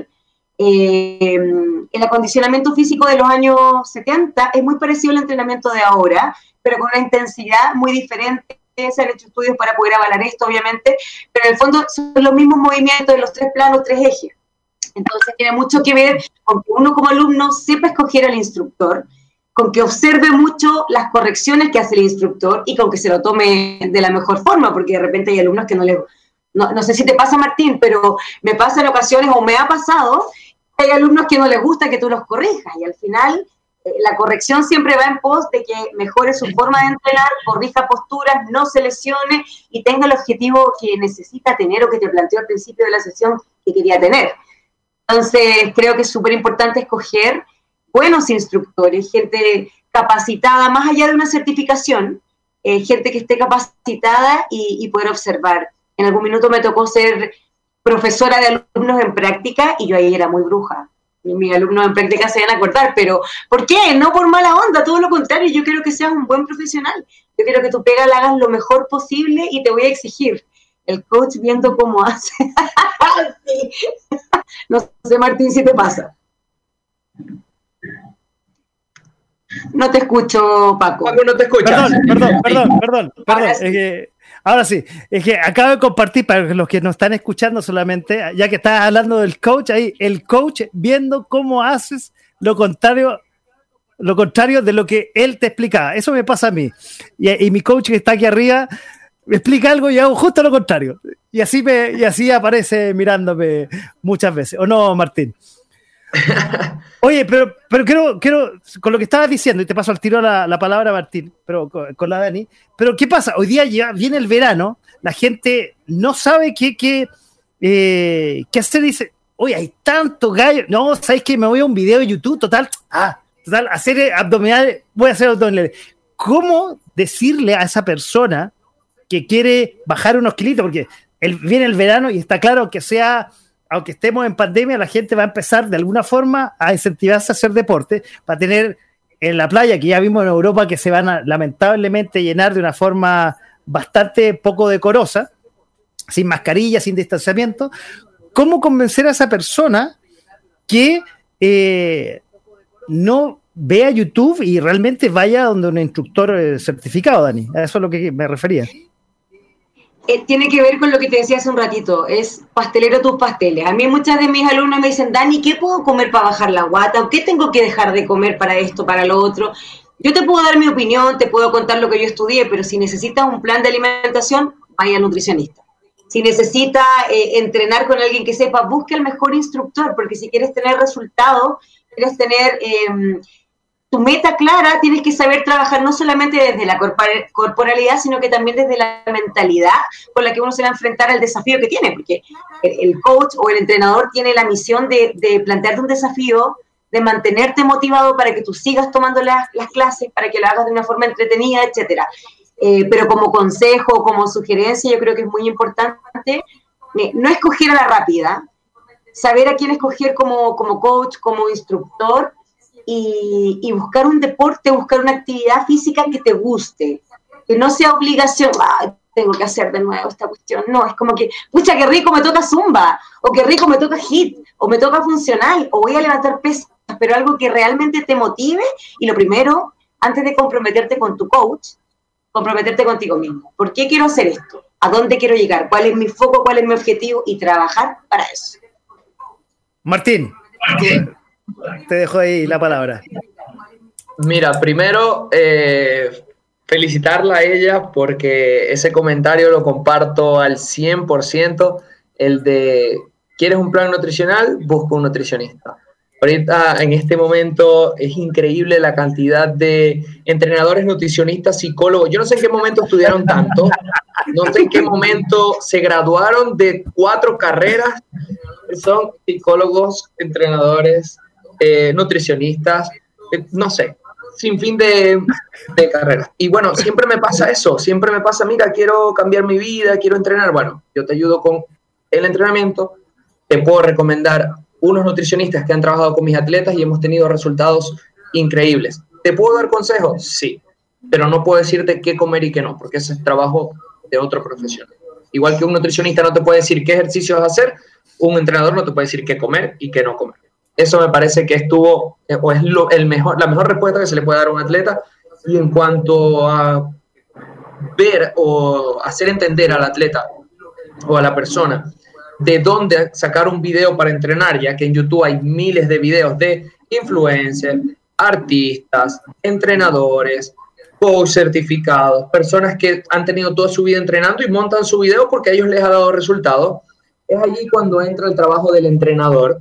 eh, el acondicionamiento físico de los años setenta es muy parecido al entrenamiento de ahora, pero con una intensidad muy diferente. Se han hecho estudios para poder avalar esto, obviamente, pero en el fondo son los mismos movimientos de los tres planos, tres ejes. Entonces tiene mucho que ver con que uno como alumno sepa escoger al instructor, con que observe mucho las correcciones que hace el instructor y con que se lo tome de la mejor forma, porque de repente hay alumnos que no les... No, no sé si te pasa, Martín, pero me pasa en ocasiones, o me ha pasado, hay alumnos que no les gusta que tú los corrijas, y al final eh, la corrección siempre va en pos de que mejore su forma de entrenar, corrija posturas, no se lesione y tenga el objetivo que necesita tener o que te planteó al principio de la sesión que quería tener. Entonces, creo que es súper importante escoger buenos instructores, gente capacitada, más allá de una certificación, eh, gente que esté capacitada y, y poder observar. En algún minuto me tocó ser profesora de alumnos en práctica y yo ahí era muy bruja. Y mis alumnos en práctica se van a acordar, pero ¿por qué? No por mala onda, todo lo contrario, yo quiero que seas un buen profesional. Yo quiero que tu pega la hagas lo mejor posible y te voy a exigir. El coach viendo cómo hace. Sí. No sé, Martín, si te pasa. No te escucho, Paco. Paco, no te escuchas. Perdón, perdón, perdón, perdón. perdón. Es que, ahora sí, es que acabo de compartir para los que nos están escuchando solamente, ya que estás hablando del coach, ahí el coach viendo cómo haces lo contrario, lo contrario de lo que él te explicaba. Eso me pasa a mí. Y, y mi coach que está aquí arriba me explica algo y hago justo lo contrario. Y así me, y así aparece mirándome muchas veces. ¿O no, Martín? Oye, pero, pero quiero, quiero, con lo que estabas diciendo, y te paso al tiro la, la palabra, Martín, pero con, con la Dani, pero ¿qué pasa? Hoy día ya viene el verano, la gente no sabe qué, qué, eh, qué hacer, dice, oye, hay tanto gallo, no, ¿sabes qué? Me voy a un video de YouTube, total, ah, total, hacer abdominales, voy a hacer abdominales. ¿Cómo decirle a esa persona que quiere bajar unos kilitos? Porque el, viene el verano y está claro que sea... aunque estemos en pandemia, la gente va a empezar de alguna forma a incentivarse a hacer deporte para tener en la playa, que ya vimos en Europa que se van a lamentablemente llenar de una forma bastante poco decorosa, sin mascarilla, sin distanciamiento. ¿Cómo convencer a esa persona que eh, no vea YouTube y realmente vaya donde un instructor eh, certificado, Dani? A eso es lo que me refería. Eh, tiene que ver con lo que te decía hace un ratito, es pastelero tus pasteles. A mí muchas de mis alumnas me dicen, Dani, ¿qué puedo comer para bajar la guata? ¿O qué tengo que dejar de comer para esto, para lo otro? Yo te puedo dar mi opinión, te puedo contar lo que yo estudié, pero si necesitas un plan de alimentación, vaya al nutricionista. Si necesitas eh, entrenar con alguien que sepa, busque el mejor instructor, porque si quieres tener resultados, quieres tener... Eh, tu meta clara, tienes que saber trabajar no solamente desde la corporalidad, sino que también desde la mentalidad con la que uno se va a enfrentar al desafío que tiene, porque el coach o el entrenador tiene la misión de, de plantearte un desafío, de mantenerte motivado para que tú sigas tomando las, las clases, para que lo hagas de una forma entretenida, etcétera. Eh, pero como consejo, como sugerencia, yo creo que es muy importante eh, no escoger a la rápida, saber a quién escoger como, como coach, como instructor, Y, y buscar un deporte, buscar una actividad física que te guste, que no sea obligación, ah, tengo que hacer de nuevo esta cuestión. No, es como que, pucha, qué rico me toca zumba, o qué rico me toca hit, o me toca funcional, o voy a levantar pesas, pero algo que realmente te motive. Y lo primero, antes de comprometerte con tu coach, comprometerte contigo mismo. ¿Por qué quiero hacer esto? ¿A dónde quiero llegar? ¿Cuál es mi foco? ¿Cuál es mi objetivo? Y trabajar para eso. Martín, te, te dejo ahí la palabra. Mira, primero, eh, felicitarla a ella porque ese comentario lo comparto al cien por ciento, el de, ¿quieres un plan nutricional? Busca un nutricionista. Ahorita, en este momento, es increíble la cantidad de entrenadores, nutricionistas, psicólogos. Yo no sé en qué momento estudiaron tanto, no sé en qué momento se graduaron de cuatro carreras. Son psicólogos, entrenadores, eh, nutricionistas, eh, no sé, sin fin de, de carreras. Y bueno, siempre me pasa eso, siempre me pasa, mira, quiero cambiar mi vida, quiero entrenar. Bueno, yo te ayudo con el entrenamiento, te puedo recomendar unos nutricionistas que han trabajado con mis atletas y hemos tenido resultados increíbles. ¿Te puedo dar consejos? Sí, pero no puedo decirte qué comer y qué no, porque ese es trabajo de otro profesional. Igual que un nutricionista no te puede decir qué ejercicios hacer, un entrenador no te puede decir qué comer y qué no comer. Eso me parece que estuvo, o es lo, el mejor, la mejor respuesta que se le puede dar a un atleta. Y en cuanto a ver o hacer entender al atleta o a la persona de dónde sacar un video para entrenar, ya que en YouTube hay miles de videos de influencers, artistas, entrenadores, coach certificados, personas que han tenido toda su vida entrenando y montan su video porque a ellos les ha dado resultados. Es allí cuando entra el trabajo del entrenador,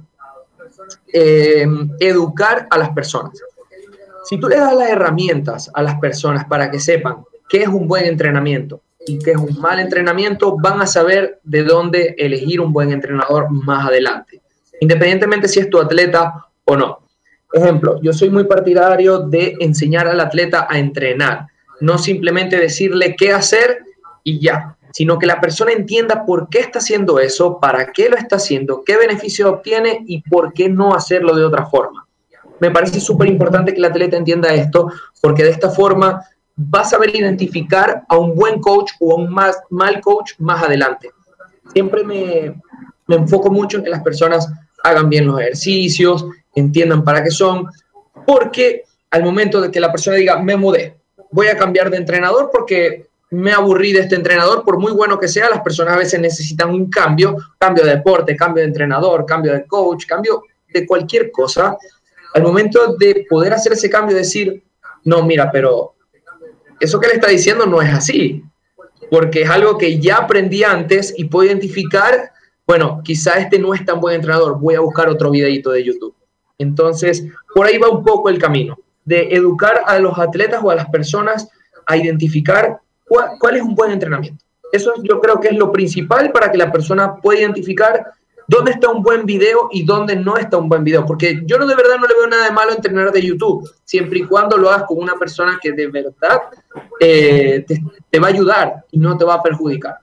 eh, educar a las personas. Si tú le das las herramientas a las personas para que sepan qué es un buen entrenamiento y qué es un mal entrenamiento, van a saber de dónde elegir un buen entrenador más adelante, independientemente si es tu atleta o no. Ejemplo, yo soy muy partidario de enseñar al atleta a entrenar, no simplemente decirle qué hacer y ya, sino que la persona entienda por qué está haciendo eso, para qué lo está haciendo, qué beneficio obtiene y por qué no hacerlo de otra forma. Me parece súper importante que el atleta entienda esto, porque de esta forma va a saber identificar a un buen coach o a un más, mal coach más adelante. Siempre me, me enfoco mucho en que las personas hagan bien los ejercicios, entiendan para qué son, porque al momento de que la persona diga, me mudé, voy a cambiar de entrenador porque me aburrí de este entrenador, por muy bueno que sea, las personas a veces necesitan un cambio, cambio de deporte, cambio de entrenador, cambio de coach, cambio de cualquier cosa. Al momento de poder hacer ese cambio, decir, no, mira, pero eso que le está diciendo no es así, porque es algo que ya aprendí antes y puedo identificar, bueno, quizá este no es tan buen entrenador, voy a buscar otro videito de YouTube. Entonces, por ahí va un poco el camino, de educar a los atletas o a las personas a identificar cuál, cuál es un buen entrenamiento. Eso yo creo que es lo principal para que la persona pueda identificar dónde está un buen video y dónde no está un buen video, porque yo no de verdad no le veo nada de malo a entrenar de YouTube, siempre y cuando lo hagas con una persona que de verdad eh, te, te va a ayudar y no te va a perjudicar.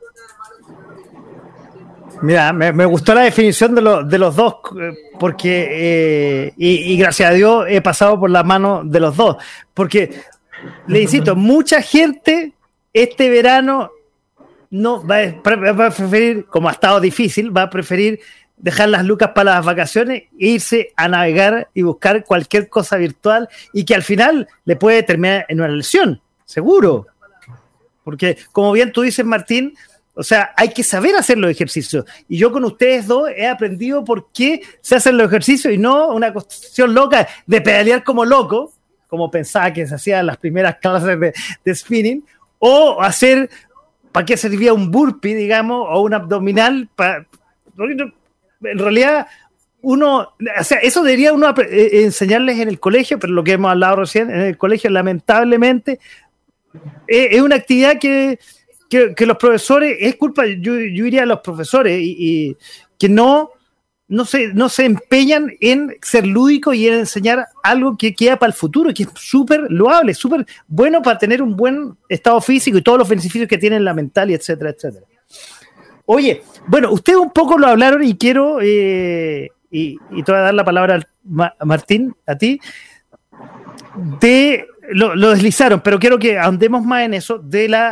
Mira, me, me gustó la definición de, lo, de los dos, porque eh, y, y gracias a Dios he pasado por la mano de los dos, porque le insisto, mucha gente este verano no va a, va a preferir, como ha estado difícil, va a preferir dejar las lucas para las vacaciones e irse a navegar y buscar cualquier cosa virtual y que al final le puede terminar en una lesión, seguro. Porque, como bien tú dices, Martín, o sea, hay que saber hacer los ejercicios. Y yo con ustedes dos he aprendido por qué se hacen los ejercicios y no una cuestión loca de pedalear como loco, como pensaba que se hacía en las primeras clases de, de spinning, o hacer... ¿Para qué servía un burpee, digamos, o un abdominal? Para... En realidad, uno, o sea, eso debería uno enseñarles en el colegio, pero lo que hemos hablado recién, en el colegio, lamentablemente, es, es una actividad que, que, que los profesores, es culpa, yo, yo diría a los profesores, y, y que no, no, se, no se empeñan en ser lúdicos y en enseñar algo que queda para el futuro, que es súper loable, súper bueno para tener un buen estado físico y todos los beneficios que tienen la mental, y etcétera, etcétera. Oye, bueno, ustedes un poco lo hablaron y quiero, eh, y, y te voy a dar la palabra a Martín, a ti, de, lo, lo deslizaron, pero quiero que ahondemos más en eso, de la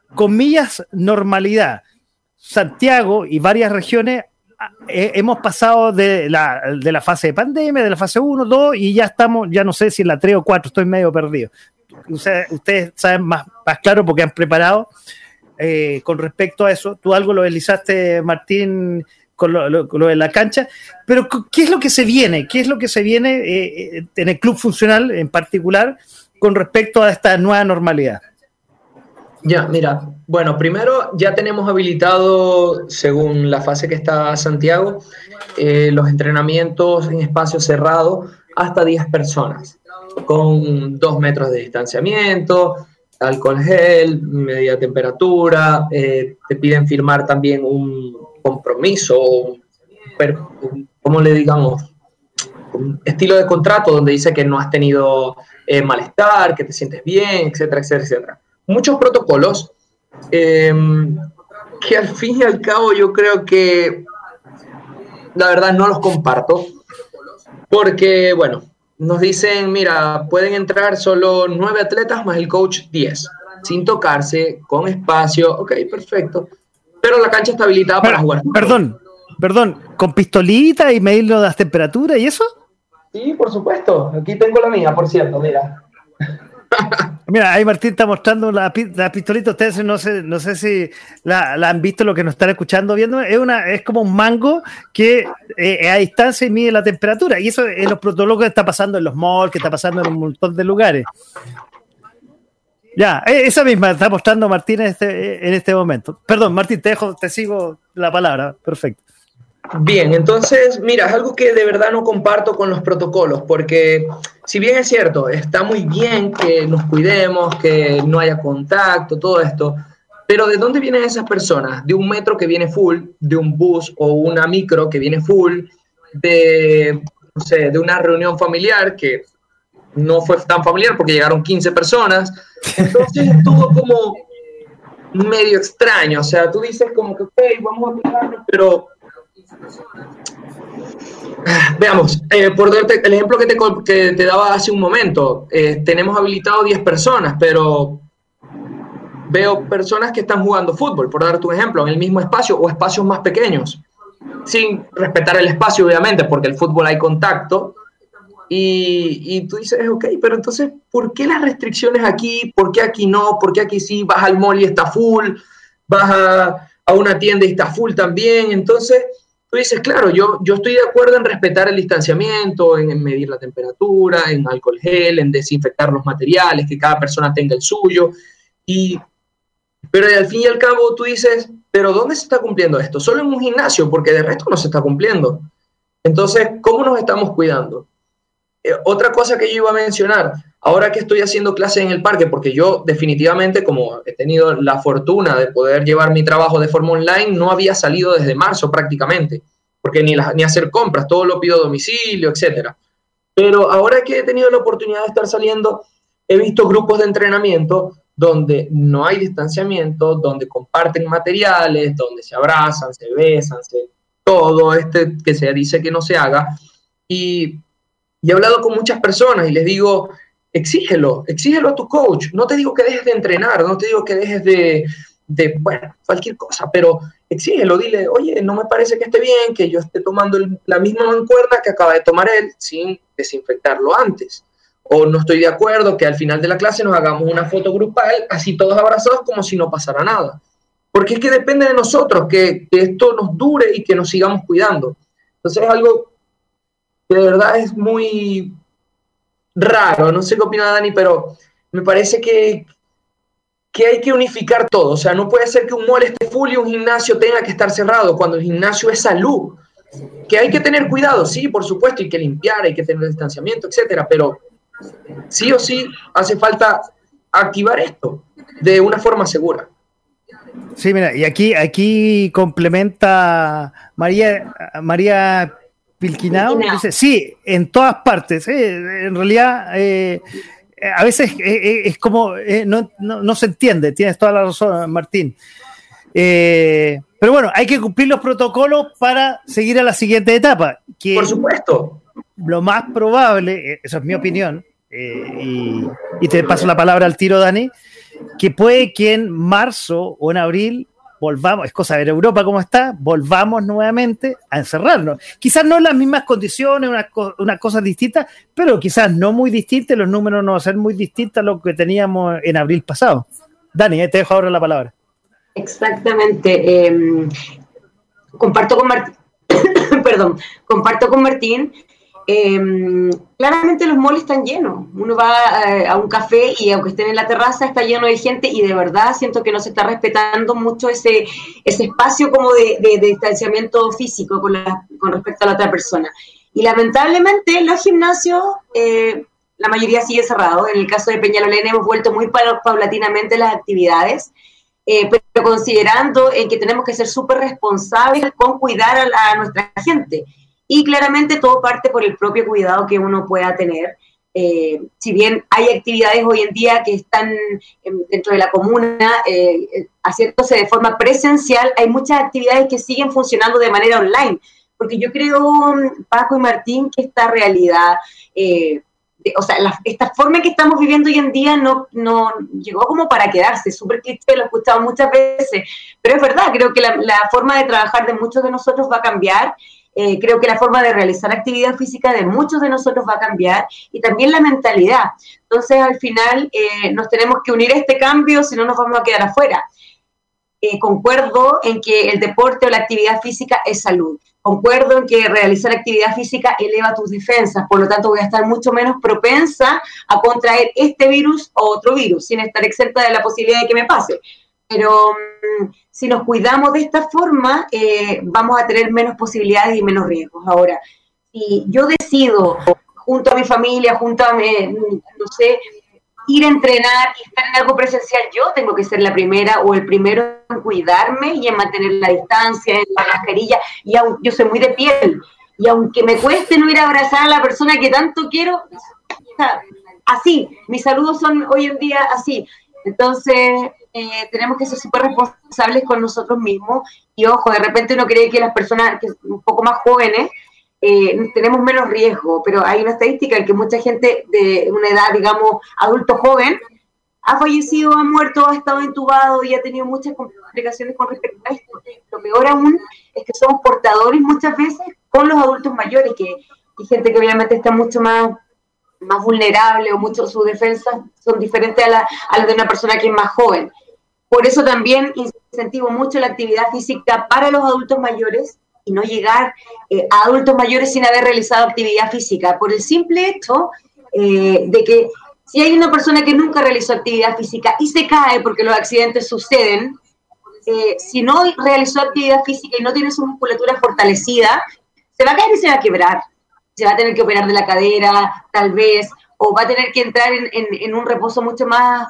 comillas, normalidad. Santiago y varias regiones eh, hemos pasado de la, de la fase de pandemia, de la fase uno, dos, y ya estamos, ya no sé si en la tres o cuatro, estoy medio perdido. Ustedes, ustedes saben más, más claro porque han preparado eh, con respecto a eso. Tú algo lo deslizaste, Martín, con lo, lo, lo de la cancha, pero ¿qué es lo que se viene? ¿Qué es lo que se viene eh, en el club funcional en particular con respecto a esta nueva normalidad? Ya, mira, bueno, primero ya tenemos habilitado, según la fase que está Santiago, eh, los entrenamientos en espacio cerrado hasta diez personas, con dos metros de distanciamiento, alcohol gel, media temperatura, eh, te piden firmar también un compromiso, un, un, ¿cómo le digamos? Un estilo de contrato donde dice que no has tenido eh, malestar, que te sientes bien, etcétera, etcétera, etcétera. Muchos protocolos eh, que al fin y al cabo yo creo que la verdad no los comparto porque, bueno, nos dicen, mira, pueden entrar solo nueve atletas más el coach diez, sin tocarse, con espacio, ok, perfecto, pero la cancha está habilitada pero, para jugar. Perdón, perdón, ¿con pistolita y medir las temperaturas y eso? Sí, por supuesto, aquí tengo la mía, por cierto, mira. Mira, ahí Martín está mostrando la, la pistolita. Ustedes no sé, no sé si la, la han visto, lo que nos están escuchando, viendo. Es una, es como un mango que eh, a distancia mide la temperatura. Y eso es los protocolos que está pasando en los malls, que está pasando en un montón de lugares. Ya, esa misma está mostrando Martín en este, en este momento. Perdón, Martín, te dejo, te sigo la palabra. Perfecto. Bien, entonces, mira, es algo que de verdad no comparto con los protocolos, porque si bien es cierto, está muy bien que nos cuidemos, que no haya contacto, todo esto, pero ¿de dónde vienen esas personas? De un metro que viene full, de un bus o una micro que viene full, de, no sé, de una reunión familiar que no fue tan familiar porque llegaron quince personas, entonces estuvo como medio extraño, o sea, tú dices como que, ok, vamos a aplicarlo, pero... Veamos, eh, por darte el ejemplo que te, que te daba hace un momento, eh, tenemos habilitado diez personas, pero veo personas que están jugando fútbol, por darte un ejemplo, en el mismo espacio o espacios más pequeños, sin respetar el espacio, obviamente, porque el fútbol hay contacto, y, y tú dices, ok, pero entonces, ¿por qué las restricciones aquí? ¿Por qué aquí no? ¿Por qué aquí sí? Vas al mall y está full, vas a, a una tienda y está full también, entonces... Tú dices, claro, yo, yo estoy de acuerdo en respetar el distanciamiento, en, en medir la temperatura, en alcohol gel, en desinfectar los materiales, que cada persona tenga el suyo. Y, pero al fin y al cabo tú dices, ¿pero dónde se está cumpliendo esto? Solo en un gimnasio, porque de resto no se está cumpliendo. Entonces, ¿cómo nos estamos cuidando? Eh, otra cosa que yo iba a mencionar, ahora que estoy haciendo clases en el parque, porque yo definitivamente, como he tenido la fortuna de poder llevar mi trabajo de forma online, no había salido desde marzo prácticamente, porque ni, la, ni hacer compras, todo lo pido a domicilio, etcétera. Pero ahora que he tenido la oportunidad de estar saliendo, he visto grupos de entrenamiento donde no hay distanciamiento, donde comparten materiales, donde se abrazan, se besan, se, todo este que se dice que no se haga. Y, y he hablado con muchas personas y les digo... Exígelo, exígelo a tu coach. No te digo que dejes de entrenar, no te digo que dejes de, de bueno, cualquier cosa, pero exígelo, dile, oye, no me parece que esté bien que yo esté tomando el, la misma mancuerna que acaba de tomar él sin desinfectarlo antes. O no estoy de acuerdo que al final de la clase nos hagamos una foto grupal, así todos abrazados como si no pasara nada. Porque es que depende de nosotros que, que esto nos dure y que nos sigamos cuidando. Entonces es algo que de verdad es muy... raro, no sé qué opina Dani, pero me parece que, que hay que unificar todo. O sea, no puede ser que un mall esté full y un gimnasio tenga que estar cerrado cuando el gimnasio es salud. Que hay que tener cuidado, sí, por supuesto, hay que limpiar, hay que tener distanciamiento, etcétera, pero sí o sí hace falta activar esto de una forma segura. Sí, mira, y aquí, aquí complementa María, María Pilquinao, dice, sí, en todas partes, eh, en realidad eh, a veces eh, es como, eh, no, no, no se entiende, tienes toda la razón, Martín. Eh, pero bueno, hay que cumplir los protocolos para seguir a la siguiente etapa. Que por supuesto. Lo más probable, eso es mi opinión, eh, y, y te paso la palabra al tiro, Dani, que puede que en marzo o en abril volvamos, es cosa de ver Europa cómo está, volvamos nuevamente a encerrarnos. Quizás no en las mismas condiciones, unas una cosas distintas, pero quizás no muy distintas, los números no van a ser muy distintos a lo que teníamos en abril pasado. Dani, te dejo ahora la palabra. Exactamente. Eh, comparto con Martín, perdón, comparto con Martín. Eh, claramente los malls están llenos. Uno va a, a un café y aunque estén en la terraza está lleno de gente y de verdad siento que no se está respetando mucho ese, ese espacio como de, de, de distanciamiento físico con, la, con respecto a la otra persona. Y lamentablemente los gimnasios, eh, la mayoría sigue cerrado. En el caso de Peñalolén hemos vuelto muy paulatinamente las actividades, eh, pero considerando en que tenemos que ser súper responsables con cuidar a, la, a nuestra gente. Y claramente todo parte por el propio cuidado que uno pueda tener. Eh, si bien hay actividades hoy en día que están en, dentro de la comuna eh, haciéndose de forma presencial, hay muchas actividades que siguen funcionando de manera online. Porque yo creo, Paco y Martín, que esta realidad, eh, de, o sea, la, esta forma que estamos viviendo hoy en día no, no llegó como para quedarse. Súper cliché, lo he escuchado muchas veces. Pero es verdad, creo que la, la forma de trabajar de muchos de nosotros va a cambiar. Eh, creo que la forma de realizar actividad física de muchos de nosotros va a cambiar y también la mentalidad. Entonces, al final, eh, nos tenemos que unir a este cambio, si no nos vamos a quedar afuera. Eh, concuerdo en que el deporte o la actividad física es salud. Concuerdo en que realizar actividad física eleva tus defensas, por lo tanto voy a estar mucho menos propensa a contraer este virus o otro virus, sin estar exenta de la posibilidad de que me pase. Pero um, si nos cuidamos de esta forma, eh, vamos a tener menos posibilidades y menos riesgos. Ahora, si yo decido, junto a mi familia, junto a mi, no sé, ir a entrenar y estar en algo presencial, yo tengo que ser la primera o el primero en cuidarme y en mantener la distancia, en la mascarilla. Y aun, yo soy muy de piel, y aunque me cueste no ir a abrazar a la persona que tanto quiero, o sea, así, mis saludos son hoy en día así. Entonces, eh, tenemos que ser súper responsables con nosotros mismos. Y ojo, de repente uno cree que las personas que son un poco más jóvenes eh, tenemos menos riesgo, pero hay una estadística en que mucha gente de una edad, digamos, adulto joven, ha fallecido, ha muerto, ha estado intubado y ha tenido muchas complicaciones con respecto a esto. Lo peor aún es que somos portadores muchas veces con los adultos mayores, que hay gente que obviamente está mucho más... más vulnerable o mucho sus defensas son diferentes a las a la de una persona que es más joven. Por eso también incentivo mucho la actividad física para los adultos mayores y no llegar eh, a adultos mayores sin haber realizado actividad física, por el simple hecho eh, de que si hay una persona que nunca realizó actividad física y se cae, porque los accidentes suceden, eh, si no realizó actividad física y no tiene su musculatura fortalecida, se va a caer y se va a quebrar. Se va a tener que operar de la cadera, tal vez, o va a tener que entrar en, en, en un reposo mucho más,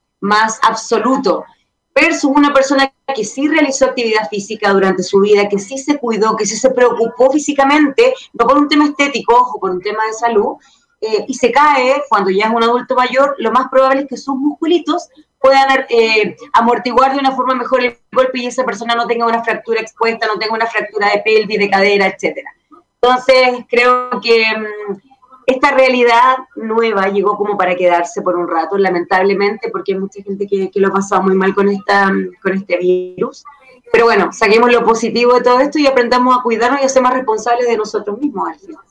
más absoluto. Versus una persona que sí realizó actividad física durante su vida, que sí se cuidó, que sí se preocupó físicamente, no por un tema estético, ojo, por un tema de salud, eh, y se cae cuando ya es un adulto mayor, lo más probable es que sus musculitos puedan eh, amortiguar de una forma mejor el golpe y esa persona no tenga una fractura expuesta, no tenga una fractura de pelvis, de cadera, etcétera. Entonces, creo que um, esta realidad nueva llegó como para quedarse por un rato, lamentablemente, porque hay mucha gente que, que lo ha pasado muy mal con, esta, con este virus. Pero bueno, saquemos lo positivo de todo esto y aprendamos a cuidarnos y a ser más responsables de nosotros mismos al final.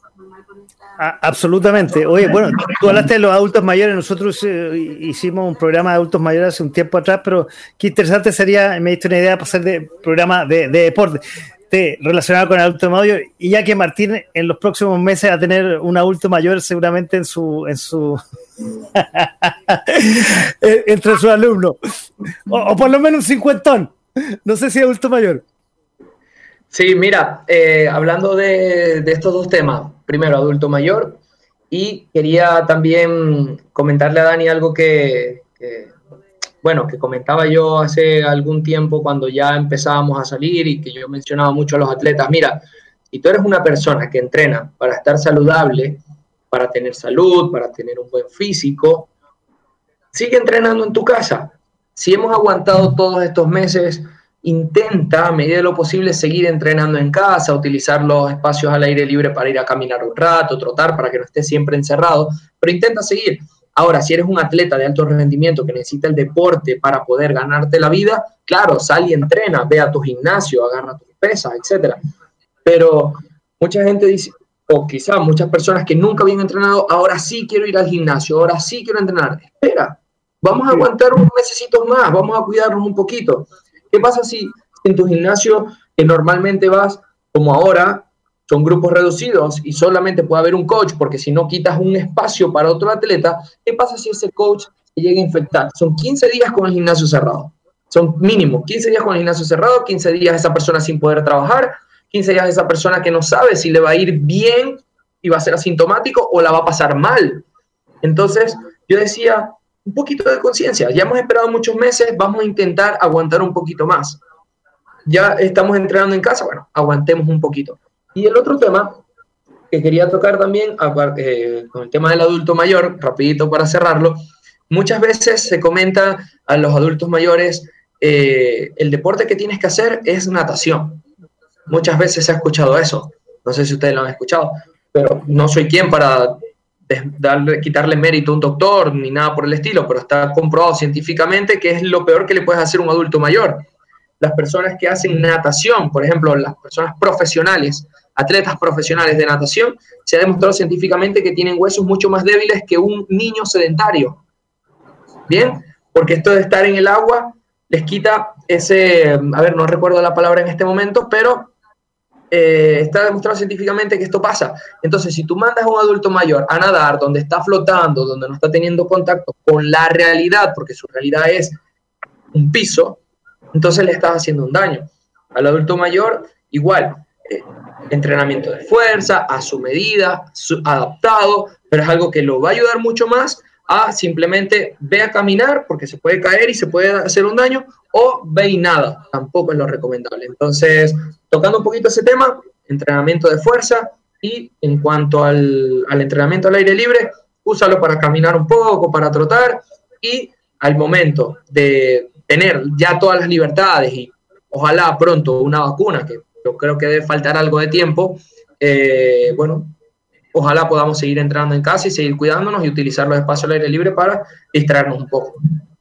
Ah, absolutamente. Oye, bueno, tú hablaste de los adultos mayores, nosotros eh, hicimos un programa de adultos mayores hace un tiempo atrás, pero qué interesante sería, me diste una idea para hacer de programa de, de deporte. Relacionado con el adulto mayor, y ya que Martín en los próximos meses va a tener un adulto mayor seguramente en su en su entre sus alumnos o, o por lo menos un cincuentón, no sé si adulto mayor. Sí, mira, eh, hablando de, de estos dos temas, primero adulto mayor, y quería también comentarle a Dani algo que, que bueno, que comentaba yo hace algún tiempo cuando ya empezábamos a salir y que yo mencionaba mucho a los atletas. Mira, si tú eres una persona que entrena para estar saludable, para tener salud, para tener un buen físico, sigue entrenando en tu casa. Si hemos aguantado todos estos meses intenta a medida de lo posible seguir entrenando en casa, utilizar los espacios al aire libre para ir a caminar un rato, trotar para que no estés siempre encerrado, pero intenta seguir. Ahora, si eres un atleta de alto rendimiento que necesita el deporte para poder ganarte la vida, claro, sal y entrena, ve a tu gimnasio, agarra tus pesas, etcétera. Pero mucha gente dice, o quizás muchas personas que nunca habían entrenado, ahora sí quiero ir al gimnasio, ahora sí quiero entrenar. Espera, vamos a aguantar unos mesecitos más, vamos a cuidarnos un poquito. ¿Qué pasa si en tu gimnasio, que normalmente vas, como ahora, son grupos reducidos y solamente puede haber un coach, porque si no quitas un espacio para otro atleta, ¿qué pasa si ese coach se llega a infectar? Son quince días con el gimnasio cerrado. Son mínimo quince días con el gimnasio cerrado, quince días esa persona sin poder trabajar, quince días esa persona que no sabe si le va a ir bien y va a ser asintomático o la va a pasar mal. Entonces, yo decía, un poquito de conciencia. Ya hemos esperado muchos meses, vamos a intentar aguantar un poquito más. Ya estamos entrenando en casa, bueno, aguantemos un poquito. Y el otro tema que quería tocar también, eh, con el tema del adulto mayor, rapidito para cerrarlo, muchas veces se comenta a los adultos mayores, eh, el deporte que tienes que hacer es natación. Muchas veces se ha escuchado eso, no sé si ustedes lo han escuchado, pero no soy quien para darle, quitarle mérito a un doctor ni nada por el estilo, pero está comprobado científicamente que es lo peor que le puedes hacer a un adulto mayor. Las personas que hacen natación, por ejemplo, las personas profesionales, atletas profesionales de natación, se ha demostrado científicamente que tienen huesos mucho más débiles que un niño sedentario. ¿Bien? Porque esto de estar en el agua les quita ese, a ver, no recuerdo la palabra en este momento, pero eh, está demostrado científicamente que esto pasa. Entonces, si tú mandas a un adulto mayor a nadar donde está flotando, donde no está teniendo contacto con la realidad, porque su realidad es un piso, entonces le estás haciendo un daño. Al adulto mayor, igual, eh, entrenamiento de fuerza, a su medida, su, adaptado, pero es algo que lo va a ayudar mucho más a simplemente ve a caminar, porque se puede caer y se puede hacer un daño, o ve y nada, tampoco es lo recomendable. Entonces, tocando un poquito ese tema, entrenamiento de fuerza, y en cuanto al, al entrenamiento al aire libre, úsalo para caminar un poco, para trotar, y al momento de tener ya todas las libertades y ojalá pronto una vacuna, que yo creo que debe faltar algo de tiempo, eh, bueno, ojalá podamos seguir entrando en casa y seguir cuidándonos y utilizar los espacios al aire libre para distraernos un poco.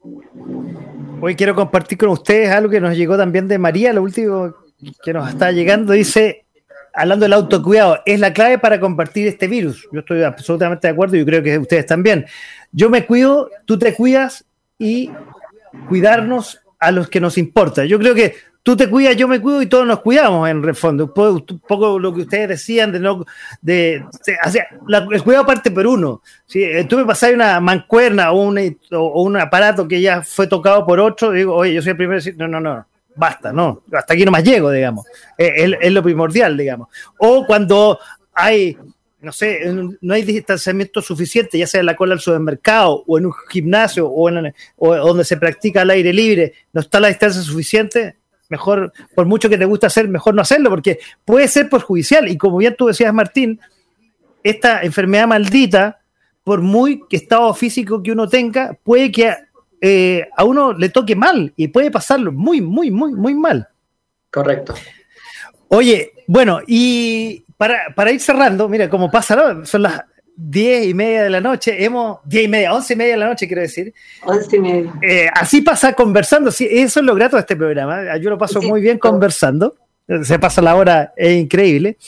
Hoy quiero compartir con ustedes algo que nos llegó también de María, lo último que nos está llegando, dice, hablando del autocuidado, es la clave para combatir este virus. Yo estoy absolutamente de acuerdo y yo creo que ustedes también. Yo me cuido, tú te cuidas y cuidarnos a los que nos importa. Yo creo que tú te cuidas, yo me cuido y todos nos cuidamos en el fondo. Un poco lo que ustedes decían de no, de, de o sea, la, el cuidado parte por uno. Si tú me pasás una mancuerna o un, o un aparato que ya fue tocado por otro, digo, oye, yo soy el primero a decir, no, no, no, basta, no, hasta aquí nomás llego, digamos. Es, es, es lo primordial, digamos. O cuando hay, no sé, no hay distanciamiento suficiente, ya sea en la cola del supermercado o en un gimnasio o, en, o donde se practica al aire libre, no está la distancia suficiente, mejor, por mucho que te guste hacer, mejor no hacerlo, porque puede ser perjudicial. Y como bien tú decías, Martín, esta enfermedad maldita, por muy estado físico que uno tenga, puede que eh, a uno le toque mal y puede pasarlo muy, muy, muy, muy mal. Correcto. Oye, bueno, y para, para ir cerrando, mira, como pasa, ¿no? Son las diez y media de la noche, hemos, diez y media, once y media de la noche, quiero decir. Once y media. Eh, así pasa conversando, sí, eso es lo grato de este programa, yo lo paso sí, muy bien conversando, se pasa la hora, es increíble.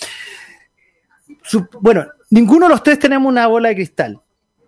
Su, bueno, ninguno de los tres tenemos una bola de cristal,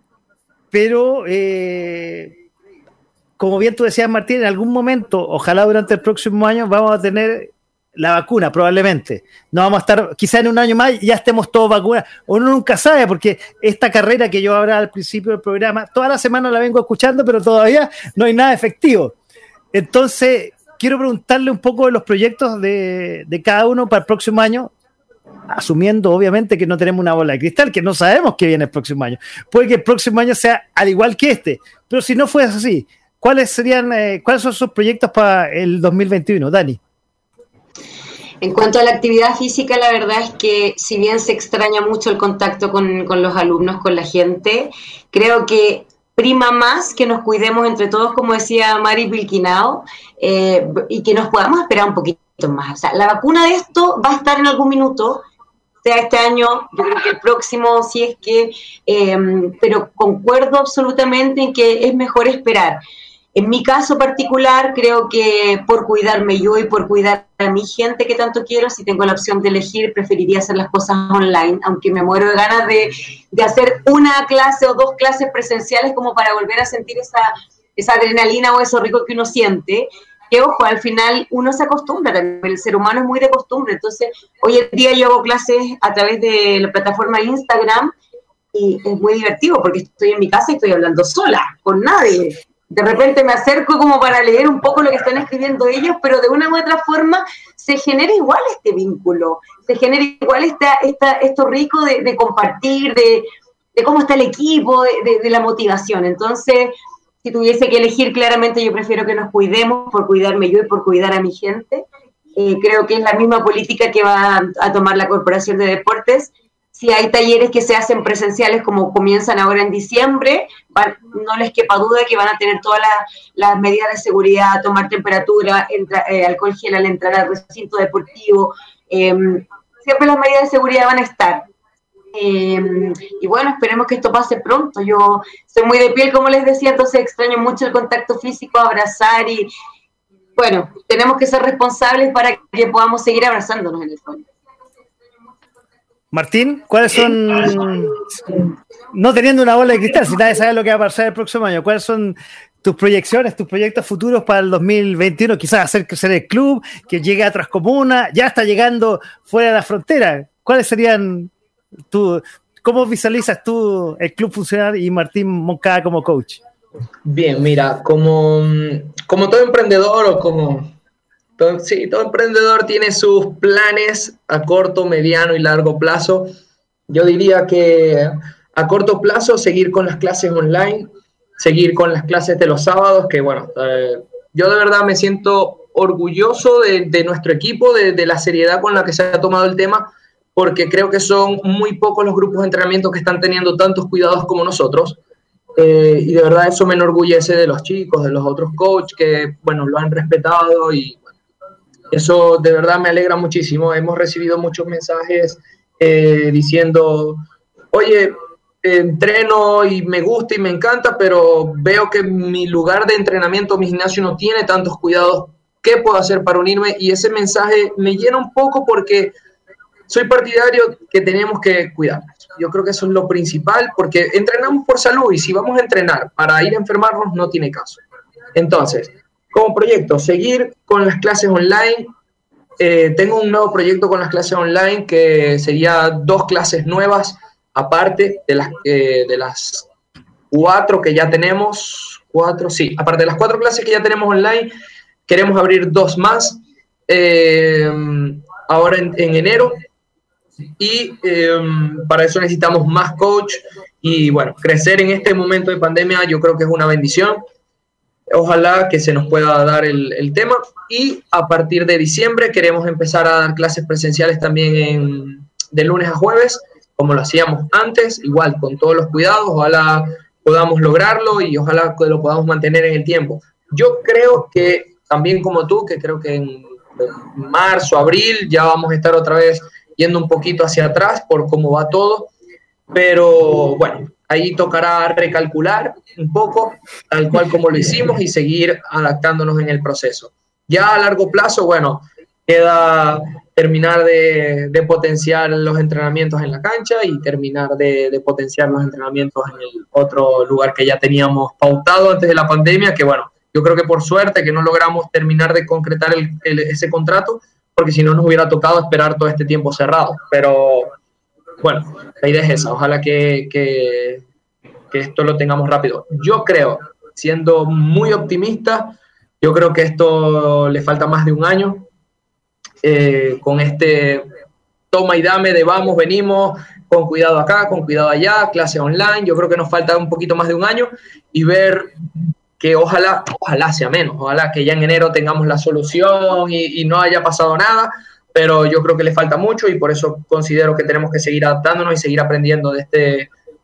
pero eh, como bien tú decías, Martín, en algún momento, ojalá durante el próximo año, vamos a tener la vacuna, probablemente. No vamos a estar, quizá en un año más ya estemos todos vacunados. Uno nunca sabe, porque esta carrera que yo hablaba al principio del programa, toda la semana la vengo escuchando, pero todavía no hay nada efectivo. Entonces, quiero preguntarle un poco de los proyectos de, de cada uno para el próximo año, asumiendo obviamente que no tenemos una bola de cristal, que no sabemos qué viene el próximo año. Puede que el próximo año sea al igual que este, pero si no fuese así, ¿cuáles serían, eh, cuáles son sus proyectos para el dos mil veintiuno, Dani? En cuanto a la actividad física, la verdad es que si bien se extraña mucho el contacto con, con los alumnos, con la gente, creo que prima más que nos cuidemos entre todos, como decía Mari Vilquinao, eh, y que nos podamos esperar un poquito más. O sea, la vacuna de esto va a estar en algún minuto, sea este año, yo creo que el próximo, si es que, eh, pero concuerdo absolutamente en que es mejor esperar. En mi caso particular, creo que por cuidarme yo y por cuidar a mi gente que tanto quiero, si tengo la opción de elegir, preferiría hacer las cosas online, aunque me muero de ganas de, de hacer una clase o dos clases presenciales como para volver a sentir esa, esa adrenalina o eso rico que uno siente. Que, ojo, al final uno se acostumbra también, el ser humano es muy de costumbre. Entonces, hoy en día yo hago clases a través de la plataforma Instagram y es muy divertido porque estoy en mi casa y estoy hablando sola, con nadie. De repente me acerco como para leer un poco lo que están escribiendo ellos, pero de una u otra forma se genera igual este vínculo, se genera igual esta, esta, esto rico de, de compartir, de, de cómo está el equipo, de, de, de la motivación. Entonces, si tuviese que elegir, claramente yo prefiero que nos cuidemos por cuidarme yo y por cuidar a mi gente. Eh, creo que es la misma política que va a, a tomar la Corporación de Deportes. Si hay talleres que se hacen presenciales como comienzan ahora en diciembre, van, no les quepa duda que van a tener todas las, las medidas de seguridad, tomar temperatura, entra, eh, alcohol gel al entrar al recinto deportivo. Eh, siempre las medidas de seguridad van a estar. Eh, y bueno, esperemos que esto pase pronto. Yo soy muy de piel, como les decía, entonces extraño mucho el contacto físico, abrazar y bueno, tenemos que ser responsables para que podamos seguir abrazándonos en el fondo. Martín, ¿cuáles son, no teniendo una bola de cristal, si nadie sabe lo que va a pasar el próximo año, cuáles son tus proyecciones, tus proyectos futuros para el dos mil veintiuno? Quizás hacer crecer el club, que llegue a otras comunas, ya está llegando fuera de la frontera. ¿Cuáles serían tu, cómo visualizas tú el club funcionar y Martín Moncada como coach? Bien, mira, como, como todo emprendedor o como... Todo, sí, todo emprendedor tiene sus planes a corto, mediano y largo plazo. Yo diría que a corto plazo seguir con las clases online, seguir con las clases de los sábados, que bueno, eh, yo de verdad me siento orgulloso de, de nuestro equipo, de, de la seriedad con la que se ha tomado el tema, porque creo que son muy pocos los grupos de entrenamiento que están teniendo tantos cuidados como nosotros. Eh, y de verdad eso me enorgullece de los chicos, de los otros coaches que, bueno, lo han respetado y eso de verdad me alegra muchísimo. Hemos recibido muchos mensajes eh, diciendo, oye, entreno y me gusta y me encanta, pero veo que mi lugar de entrenamiento, mi gimnasio no tiene tantos cuidados. ¿Qué puedo hacer para unirme? Y ese mensaje me llena un poco porque soy partidario que tenemos que cuidarnos. Yo creo que eso es lo principal porque entrenamos por salud y si vamos a entrenar para ir a enfermarnos no tiene caso. Entonces, como proyecto, seguir con las clases online. Eh, tengo un nuevo proyecto con las clases online que sería dos clases nuevas, aparte de las, eh, de las cuatro que ya tenemos. Cuatro, sí, aparte de las cuatro clases que ya tenemos online, queremos abrir dos más eh, ahora en, en enero. Y eh, para eso necesitamos más coach. Y bueno, crecer en este momento de pandemia yo creo que es una bendición. Ojalá que se nos pueda dar el, el tema y a partir de diciembre queremos empezar a dar clases presenciales también en, de lunes a jueves, como lo hacíamos antes, igual con todos los cuidados. Ojalá podamos lograrlo y ojalá que lo podamos mantener en el tiempo. Yo creo que también como tú, que creo que en marzo, abril ya vamos a estar otra vez yendo un poquito hacia atrás por cómo va todo, pero bueno, ahí tocará recalcular un poco, tal cual como lo hicimos, y seguir adaptándonos en el proceso. Ya a largo plazo, bueno, queda terminar de, de potenciar los entrenamientos en la cancha y terminar de, de potenciar los entrenamientos en el otro lugar que ya teníamos pautado antes de la pandemia, que bueno, yo creo que por suerte que no logramos terminar de concretar el, el, ese contrato, porque si no nos hubiera tocado esperar todo este tiempo cerrado, pero... Bueno, la idea es esa, ojalá que, que, que esto lo tengamos rápido. Yo creo, siendo muy optimista, yo creo que esto le falta más de un año, eh, con este toma y dame de vamos, venimos, con cuidado acá, con cuidado allá, clase online, yo creo que nos falta un poquito más de un año y ver que ojalá, ojalá sea menos, ojalá que ya en enero tengamos la solución y, y no haya pasado nada, pero yo creo que le falta mucho y por eso considero que tenemos que seguir adaptándonos y seguir aprendiendo de este,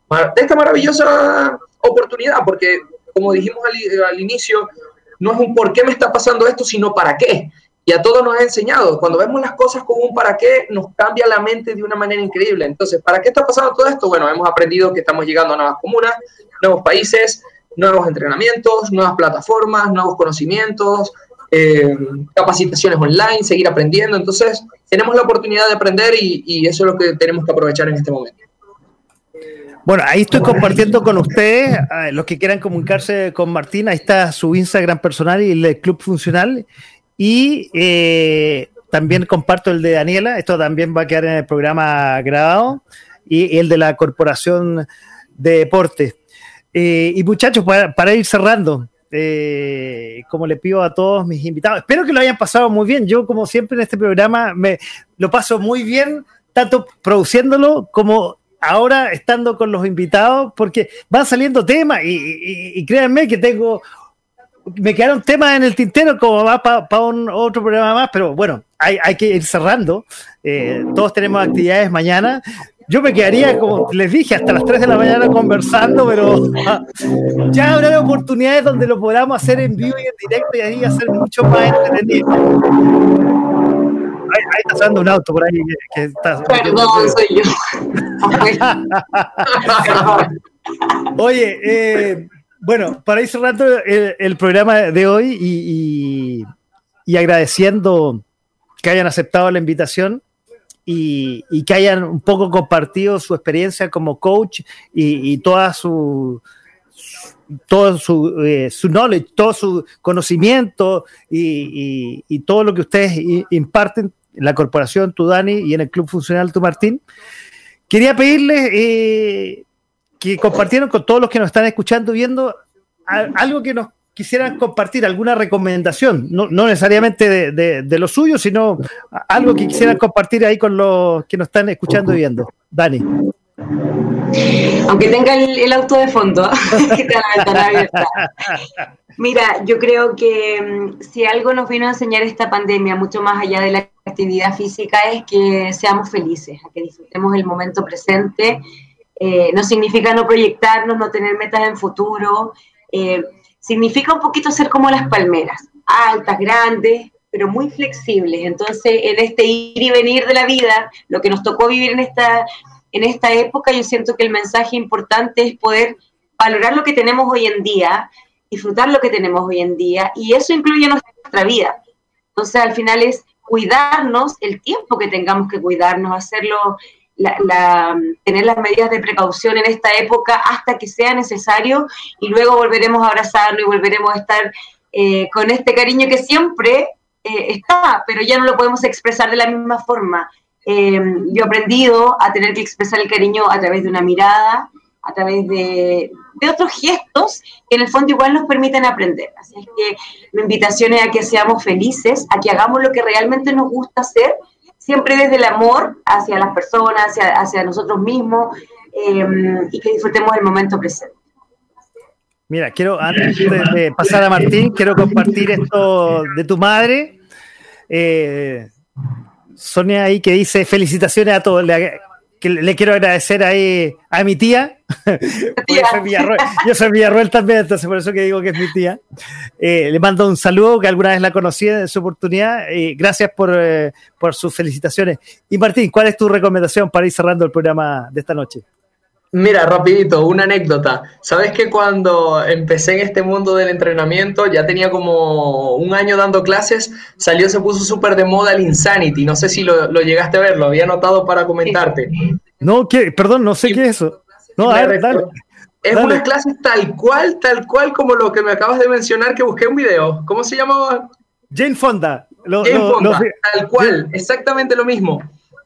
de esta maravillosa oportunidad, porque como dijimos al, al inicio, no es un por qué me está pasando esto, sino para qué. Y a todos nos ha enseñado, cuando vemos las cosas con un para qué, nos cambia la mente de una manera increíble. Entonces, ¿para qué está pasando todo esto? Bueno, hemos aprendido que estamos llegando a nuevas comunas, nuevos países, nuevos entrenamientos, nuevas plataformas, nuevos conocimientos, eh, capacitaciones online, seguir aprendiendo. Entonces, tenemos la oportunidad de aprender y, y eso es lo que tenemos que aprovechar en este momento. Bueno, ahí estoy compartiendo con ustedes, eh, los que quieran comunicarse con Martín, ahí está su Instagram personal y el Club Funcional. Y eh, también comparto el de Daniela, esto también va a quedar en el programa grabado, y el de la Corporación de Deportes. Eh, y muchachos, para, para ir cerrando, eh, como le pido a todos mis invitados, espero que lo hayan pasado muy bien. Yo, como siempre en este programa, me lo paso muy bien, tanto produciéndolo como ahora estando con los invitados, porque van saliendo temas y, y, y créanme que tengo... Me quedaron temas en el tintero como va para pa un otro programa más, pero bueno, hay, hay que ir cerrando. Eh, todos tenemos actividades mañana. Yo me quedaría, como les dije, hasta las tres de la mañana conversando, pero ah, ya habrá oportunidades donde lo podamos hacer en vivo y en directo y ahí hacer mucho más entretenido. Ahí, ahí está sonando un auto por ahí. Que, que está, Perdón, soy yo. Oye, eh, bueno, para ir cerrando el, el programa de hoy y, y, y agradeciendo que hayan aceptado la invitación y, y que hayan un poco compartido su experiencia como coach y, y toda su, todo su, eh, su knowledge, todo su conocimiento y, y, y todo lo que ustedes imparten en la Corporación Tu Dani y en el Club Funcional Tu Martín. Quería pedirles... Eh, que compartieron con todos los que nos están escuchando, viendo algo que nos quisieran compartir, alguna recomendación, no, no necesariamente de, de, de lo suyo, sino algo que quisieran compartir ahí con los que nos están escuchando y viendo. Dani. Aunque tenga el, el auto de fondo, que te la ventana abierta. Mira, yo creo que um, si algo nos vino a enseñar esta pandemia, mucho más allá de la actividad física, es que seamos felices, a que disfrutemos el momento presente. Eh, no significa no proyectarnos, no tener metas en futuro, eh, significa un poquito ser como las palmeras, altas, grandes, pero muy flexibles. Entonces, en este ir y venir de la vida, lo que nos tocó vivir en esta, en esta época, yo siento que el mensaje importante es poder valorar lo que tenemos hoy en día, disfrutar lo que tenemos hoy en día, y eso incluye nuestra vida. Entonces, al final es cuidarnos el tiempo que tengamos que cuidarnos, hacerlo... La, la, tener las medidas de precaución en esta época hasta que sea necesario y luego volveremos a abrazarlo y volveremos a estar eh, con este cariño que siempre eh, está, pero ya no lo podemos expresar de la misma forma. Eh, yo he aprendido a tener que expresar el cariño a través de una mirada, a través de, de otros gestos que en el fondo igual nos permiten aprender. Así es que mi invitación es a que seamos felices, a que hagamos lo que realmente nos gusta hacer, siempre desde el amor hacia las personas, hacia, hacia nosotros mismos, eh, y que disfrutemos del momento presente. Mira, quiero, antes de pasar a Martín, quiero compartir esto de tu madre. Eh, Sonia ahí que dice, felicitaciones a todos. Le, que le quiero agradecer ahí a mi tía. Yo soy Villarroel, yo soy Villarroel también, entonces por eso que digo que es mi tía. Eh, le mando un saludo, que alguna vez la conocí en su oportunidad. Eh, gracias por, eh, por sus felicitaciones. Y Martín, ¿cuál es tu recomendación para ir cerrando el programa de esta noche? Mira, rapidito, una anécdota. Sabes que cuando empecé en este mundo del entrenamiento, ya tenía como un año dando clases, salió, se puso súper de moda el Insanity. No sé si lo, lo llegaste a ver, lo había anotado para comentarte. No, ¿qué? Perdón, no sé y, qué es eso. No, a ver, dale. Es dale. Unas clases tal cual, tal cual como lo que me acabas de mencionar, que busqué un video. ¿Cómo se llamaba? Jane Fonda. Lo, Jane lo, Fonda, lo, tal cual, exactamente lo mismo.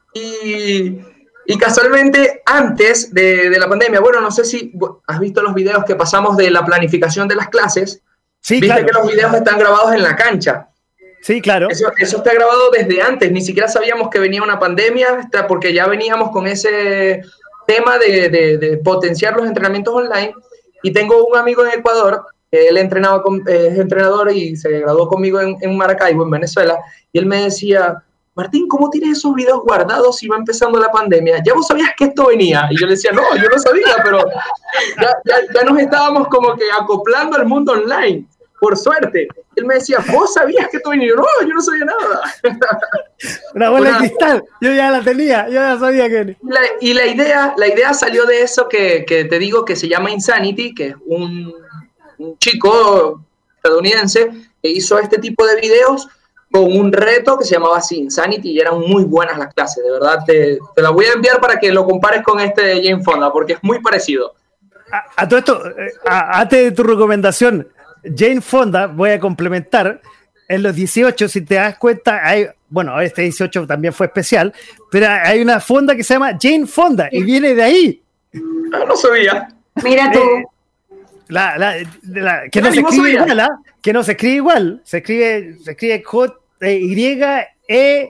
Y... Y casualmente, antes de, de la pandemia, bueno, no sé si has visto los videos que pasamos de la planificación de las clases. Sí, Viste claro. que los videos están grabados en la cancha. Sí, claro. Eso, eso está grabado desde antes. Ni siquiera sabíamos que venía una pandemia, porque ya veníamos con ese tema de, de, de potenciar los entrenamientos online. Y tengo un amigo en Ecuador, él entrenaba con, es entrenador y se graduó conmigo en, en Maracaibo, en Venezuela, y él me decía... Martín, ¿cómo tienes esos videos guardados si va empezando la pandemia? ¿Ya vos sabías que esto venía? Y yo le decía, no, yo no sabía, pero ya, ya, ya nos estábamos como que acoplando al mundo online, por suerte. Él me decía, ¿vos sabías que esto venía? Y yo, no, yo no sabía nada. Una bola Una, de cristal, yo ya la tenía, yo ya sabía que... La, y la idea, la idea salió de eso que, que te digo que se llama Insanity, que es un, un chico estadounidense que hizo este tipo de videos con un reto que se llamaba así, Insanity, y eran muy buenas las clases, de verdad. Te, te la voy a enviar para que lo compares con este de Jane Fonda, porque es muy parecido. A, a todo esto, a, antes de tu recomendación, Jane Fonda, voy a complementar, en los dieciocho, si te das cuenta, hay, bueno, este dieciocho también fue especial, pero hay una fonda que se llama Jane Fonda, y viene de ahí. Ah, no sabía. Mira tú. Eh, la, la, la, que no, no se escribe sabía. igual, ¿eh? Que no se escribe igual, se escribe, se escribe J Y E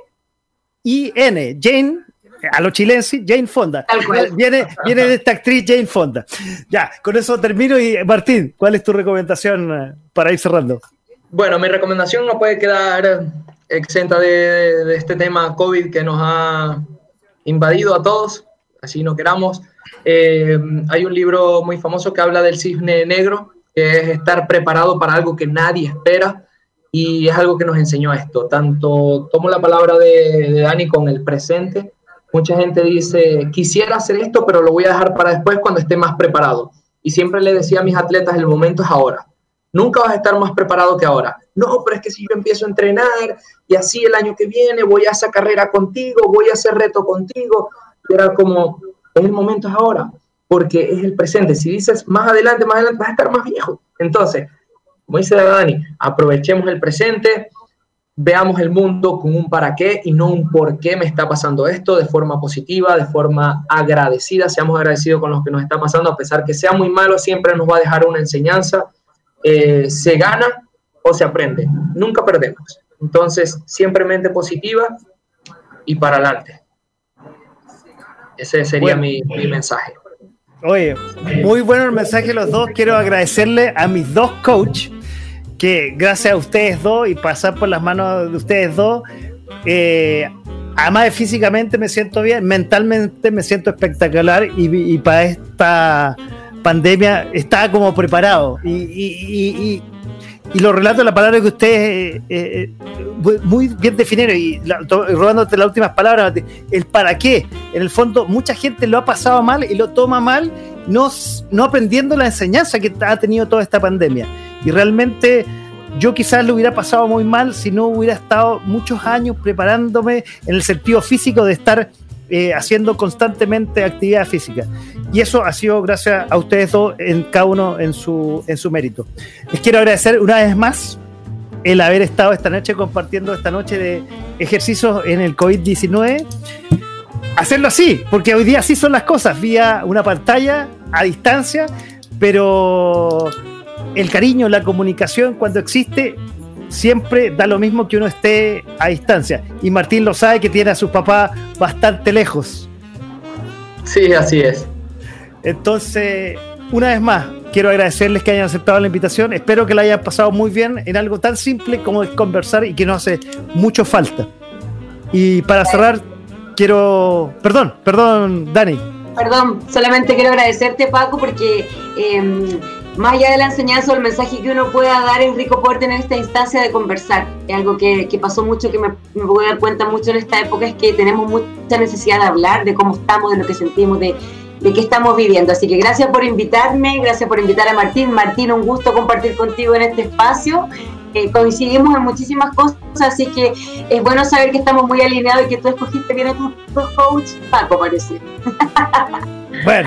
I N, Jane, a los chilenses, Jane Fonda. Viene, viene de esta actriz Jane Fonda. Ya, con eso termino. Y Martín, ¿cuál es tu recomendación para ir cerrando? Bueno, mi recomendación no puede quedar exenta de, de, de este tema COVID que nos ha invadido a todos, así no queramos. Eh, hay un libro muy famoso que habla del cisne negro, que es estar preparado para algo que nadie espera, y es algo que nos enseñó esto. Tanto tomo la palabra de, de Dani con el presente. Mucha gente dice, quisiera hacer esto, pero lo voy a dejar para después cuando esté más preparado. Y siempre le decía a mis atletas, el momento es ahora. Nunca vas a estar más preparado que ahora. No, pero es que si yo empiezo a entrenar y así el año que viene voy a hacer carrera contigo, voy a hacer reto contigo. Y era como, el momento es ahora, porque es el presente. Si dices más adelante, más adelante, vas a estar más viejo. Entonces, como dice Dani, aprovechemos el presente, veamos el mundo con un para qué y no un por qué me está pasando esto, de forma positiva, de forma agradecida. Seamos agradecidos con lo que nos está pasando, a pesar que sea muy malo, siempre nos va a dejar una enseñanza. Eh, se gana o se aprende, nunca perdemos. Entonces, siempre mente positiva y para adelante. Ese sería bueno, mi, mi mensaje. Oye, muy bueno el mensaje de los dos. Quiero agradecerle a mis dos coaches, que gracias a ustedes dos y pasar por las manos de ustedes dos, eh, además de físicamente me siento bien, mentalmente me siento espectacular, y, y para esta pandemia estaba como preparado, y, y, y, y, y lo relato la palabra que ustedes eh, eh, muy bien definieron, y la, robándote las últimas palabras, el para qué. En el fondo mucha gente lo ha pasado mal y lo toma mal, no, no aprendiendo la enseñanza que ha tenido toda esta pandemia. Y realmente yo quizás lo hubiera pasado muy mal si no hubiera estado muchos años preparándome en el sentido físico de estar eh, haciendo constantemente actividad física. Y eso ha sido gracias a ustedes dos, en cada uno en su, en su mérito. Les quiero agradecer una vez más el haber estado esta noche compartiendo esta noche de ejercicios en el COVID diecinueve. Hacerlo así, porque hoy día así son las cosas, vía una pantalla, a distancia, pero el cariño, la comunicación, cuando existe, siempre da lo mismo que uno esté a distancia. Y Martín lo sabe, que tiene a sus papás bastante lejos. Sí, así es. Entonces, una vez más, quiero agradecerles que hayan aceptado la invitación. Espero que la hayan pasado muy bien en algo tan simple como es conversar, y que nos hace mucho falta. Y para cerrar, quiero... Perdón, perdón, Dani. Perdón, solamente quiero agradecerte, Paco, porque... Eh, más allá de la enseñanza o el mensaje que uno pueda dar, es rico poder tener esta instancia de conversar. Es algo que, que pasó mucho, que me, me voy a dar cuenta mucho en esta época, es que tenemos mucha necesidad de hablar de cómo estamos, de lo que sentimos, de, de qué estamos viviendo. Así que gracias por invitarme, gracias por invitar a Martín. Martín, un gusto compartir contigo en este espacio. Eh, coincidimos en muchísimas cosas, así que es bueno saber que estamos muy alineados y que tú escogiste bien a tus dos coaches, Paco, parece. Bueno,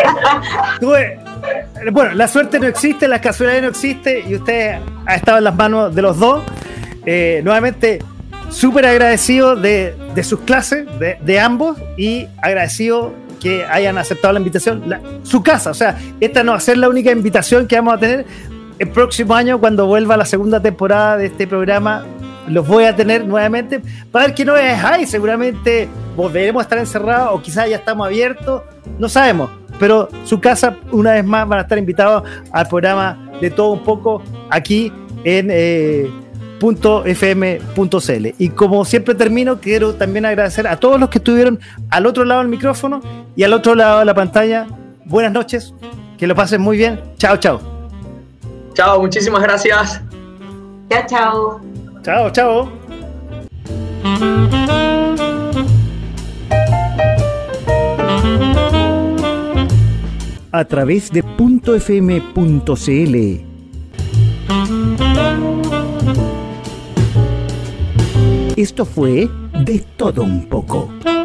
tuve, bueno, la suerte no existe, la casualidad no existe, y usted ha estado en las manos de los dos. Eh, nuevamente, súper agradecido de, de sus clases, de, de ambos, y agradecido que hayan aceptado la invitación. La, su casa, o sea, esta no va a ser la única invitación que vamos a tener. El próximo año, cuando vuelva la segunda temporada de este programa, los voy a tener nuevamente para ver qué novedades hay. Seguramente volveremos a estar encerrados, o quizás ya estamos abiertos, no sabemos, pero su casa, una vez más, van a estar invitados al programa de todo un poco aquí en, eh, punto f m punto c l. Y como siempre termino, quiero también agradecer a todos los que estuvieron al otro lado del micrófono y al otro lado de la pantalla. Buenas noches, que lo pasen muy bien. Chao, chao. Chao, muchísimas gracias. Chao, chao. Chao, chao. A través de punto f m punto c l. Esto fue De Todo Un Poco.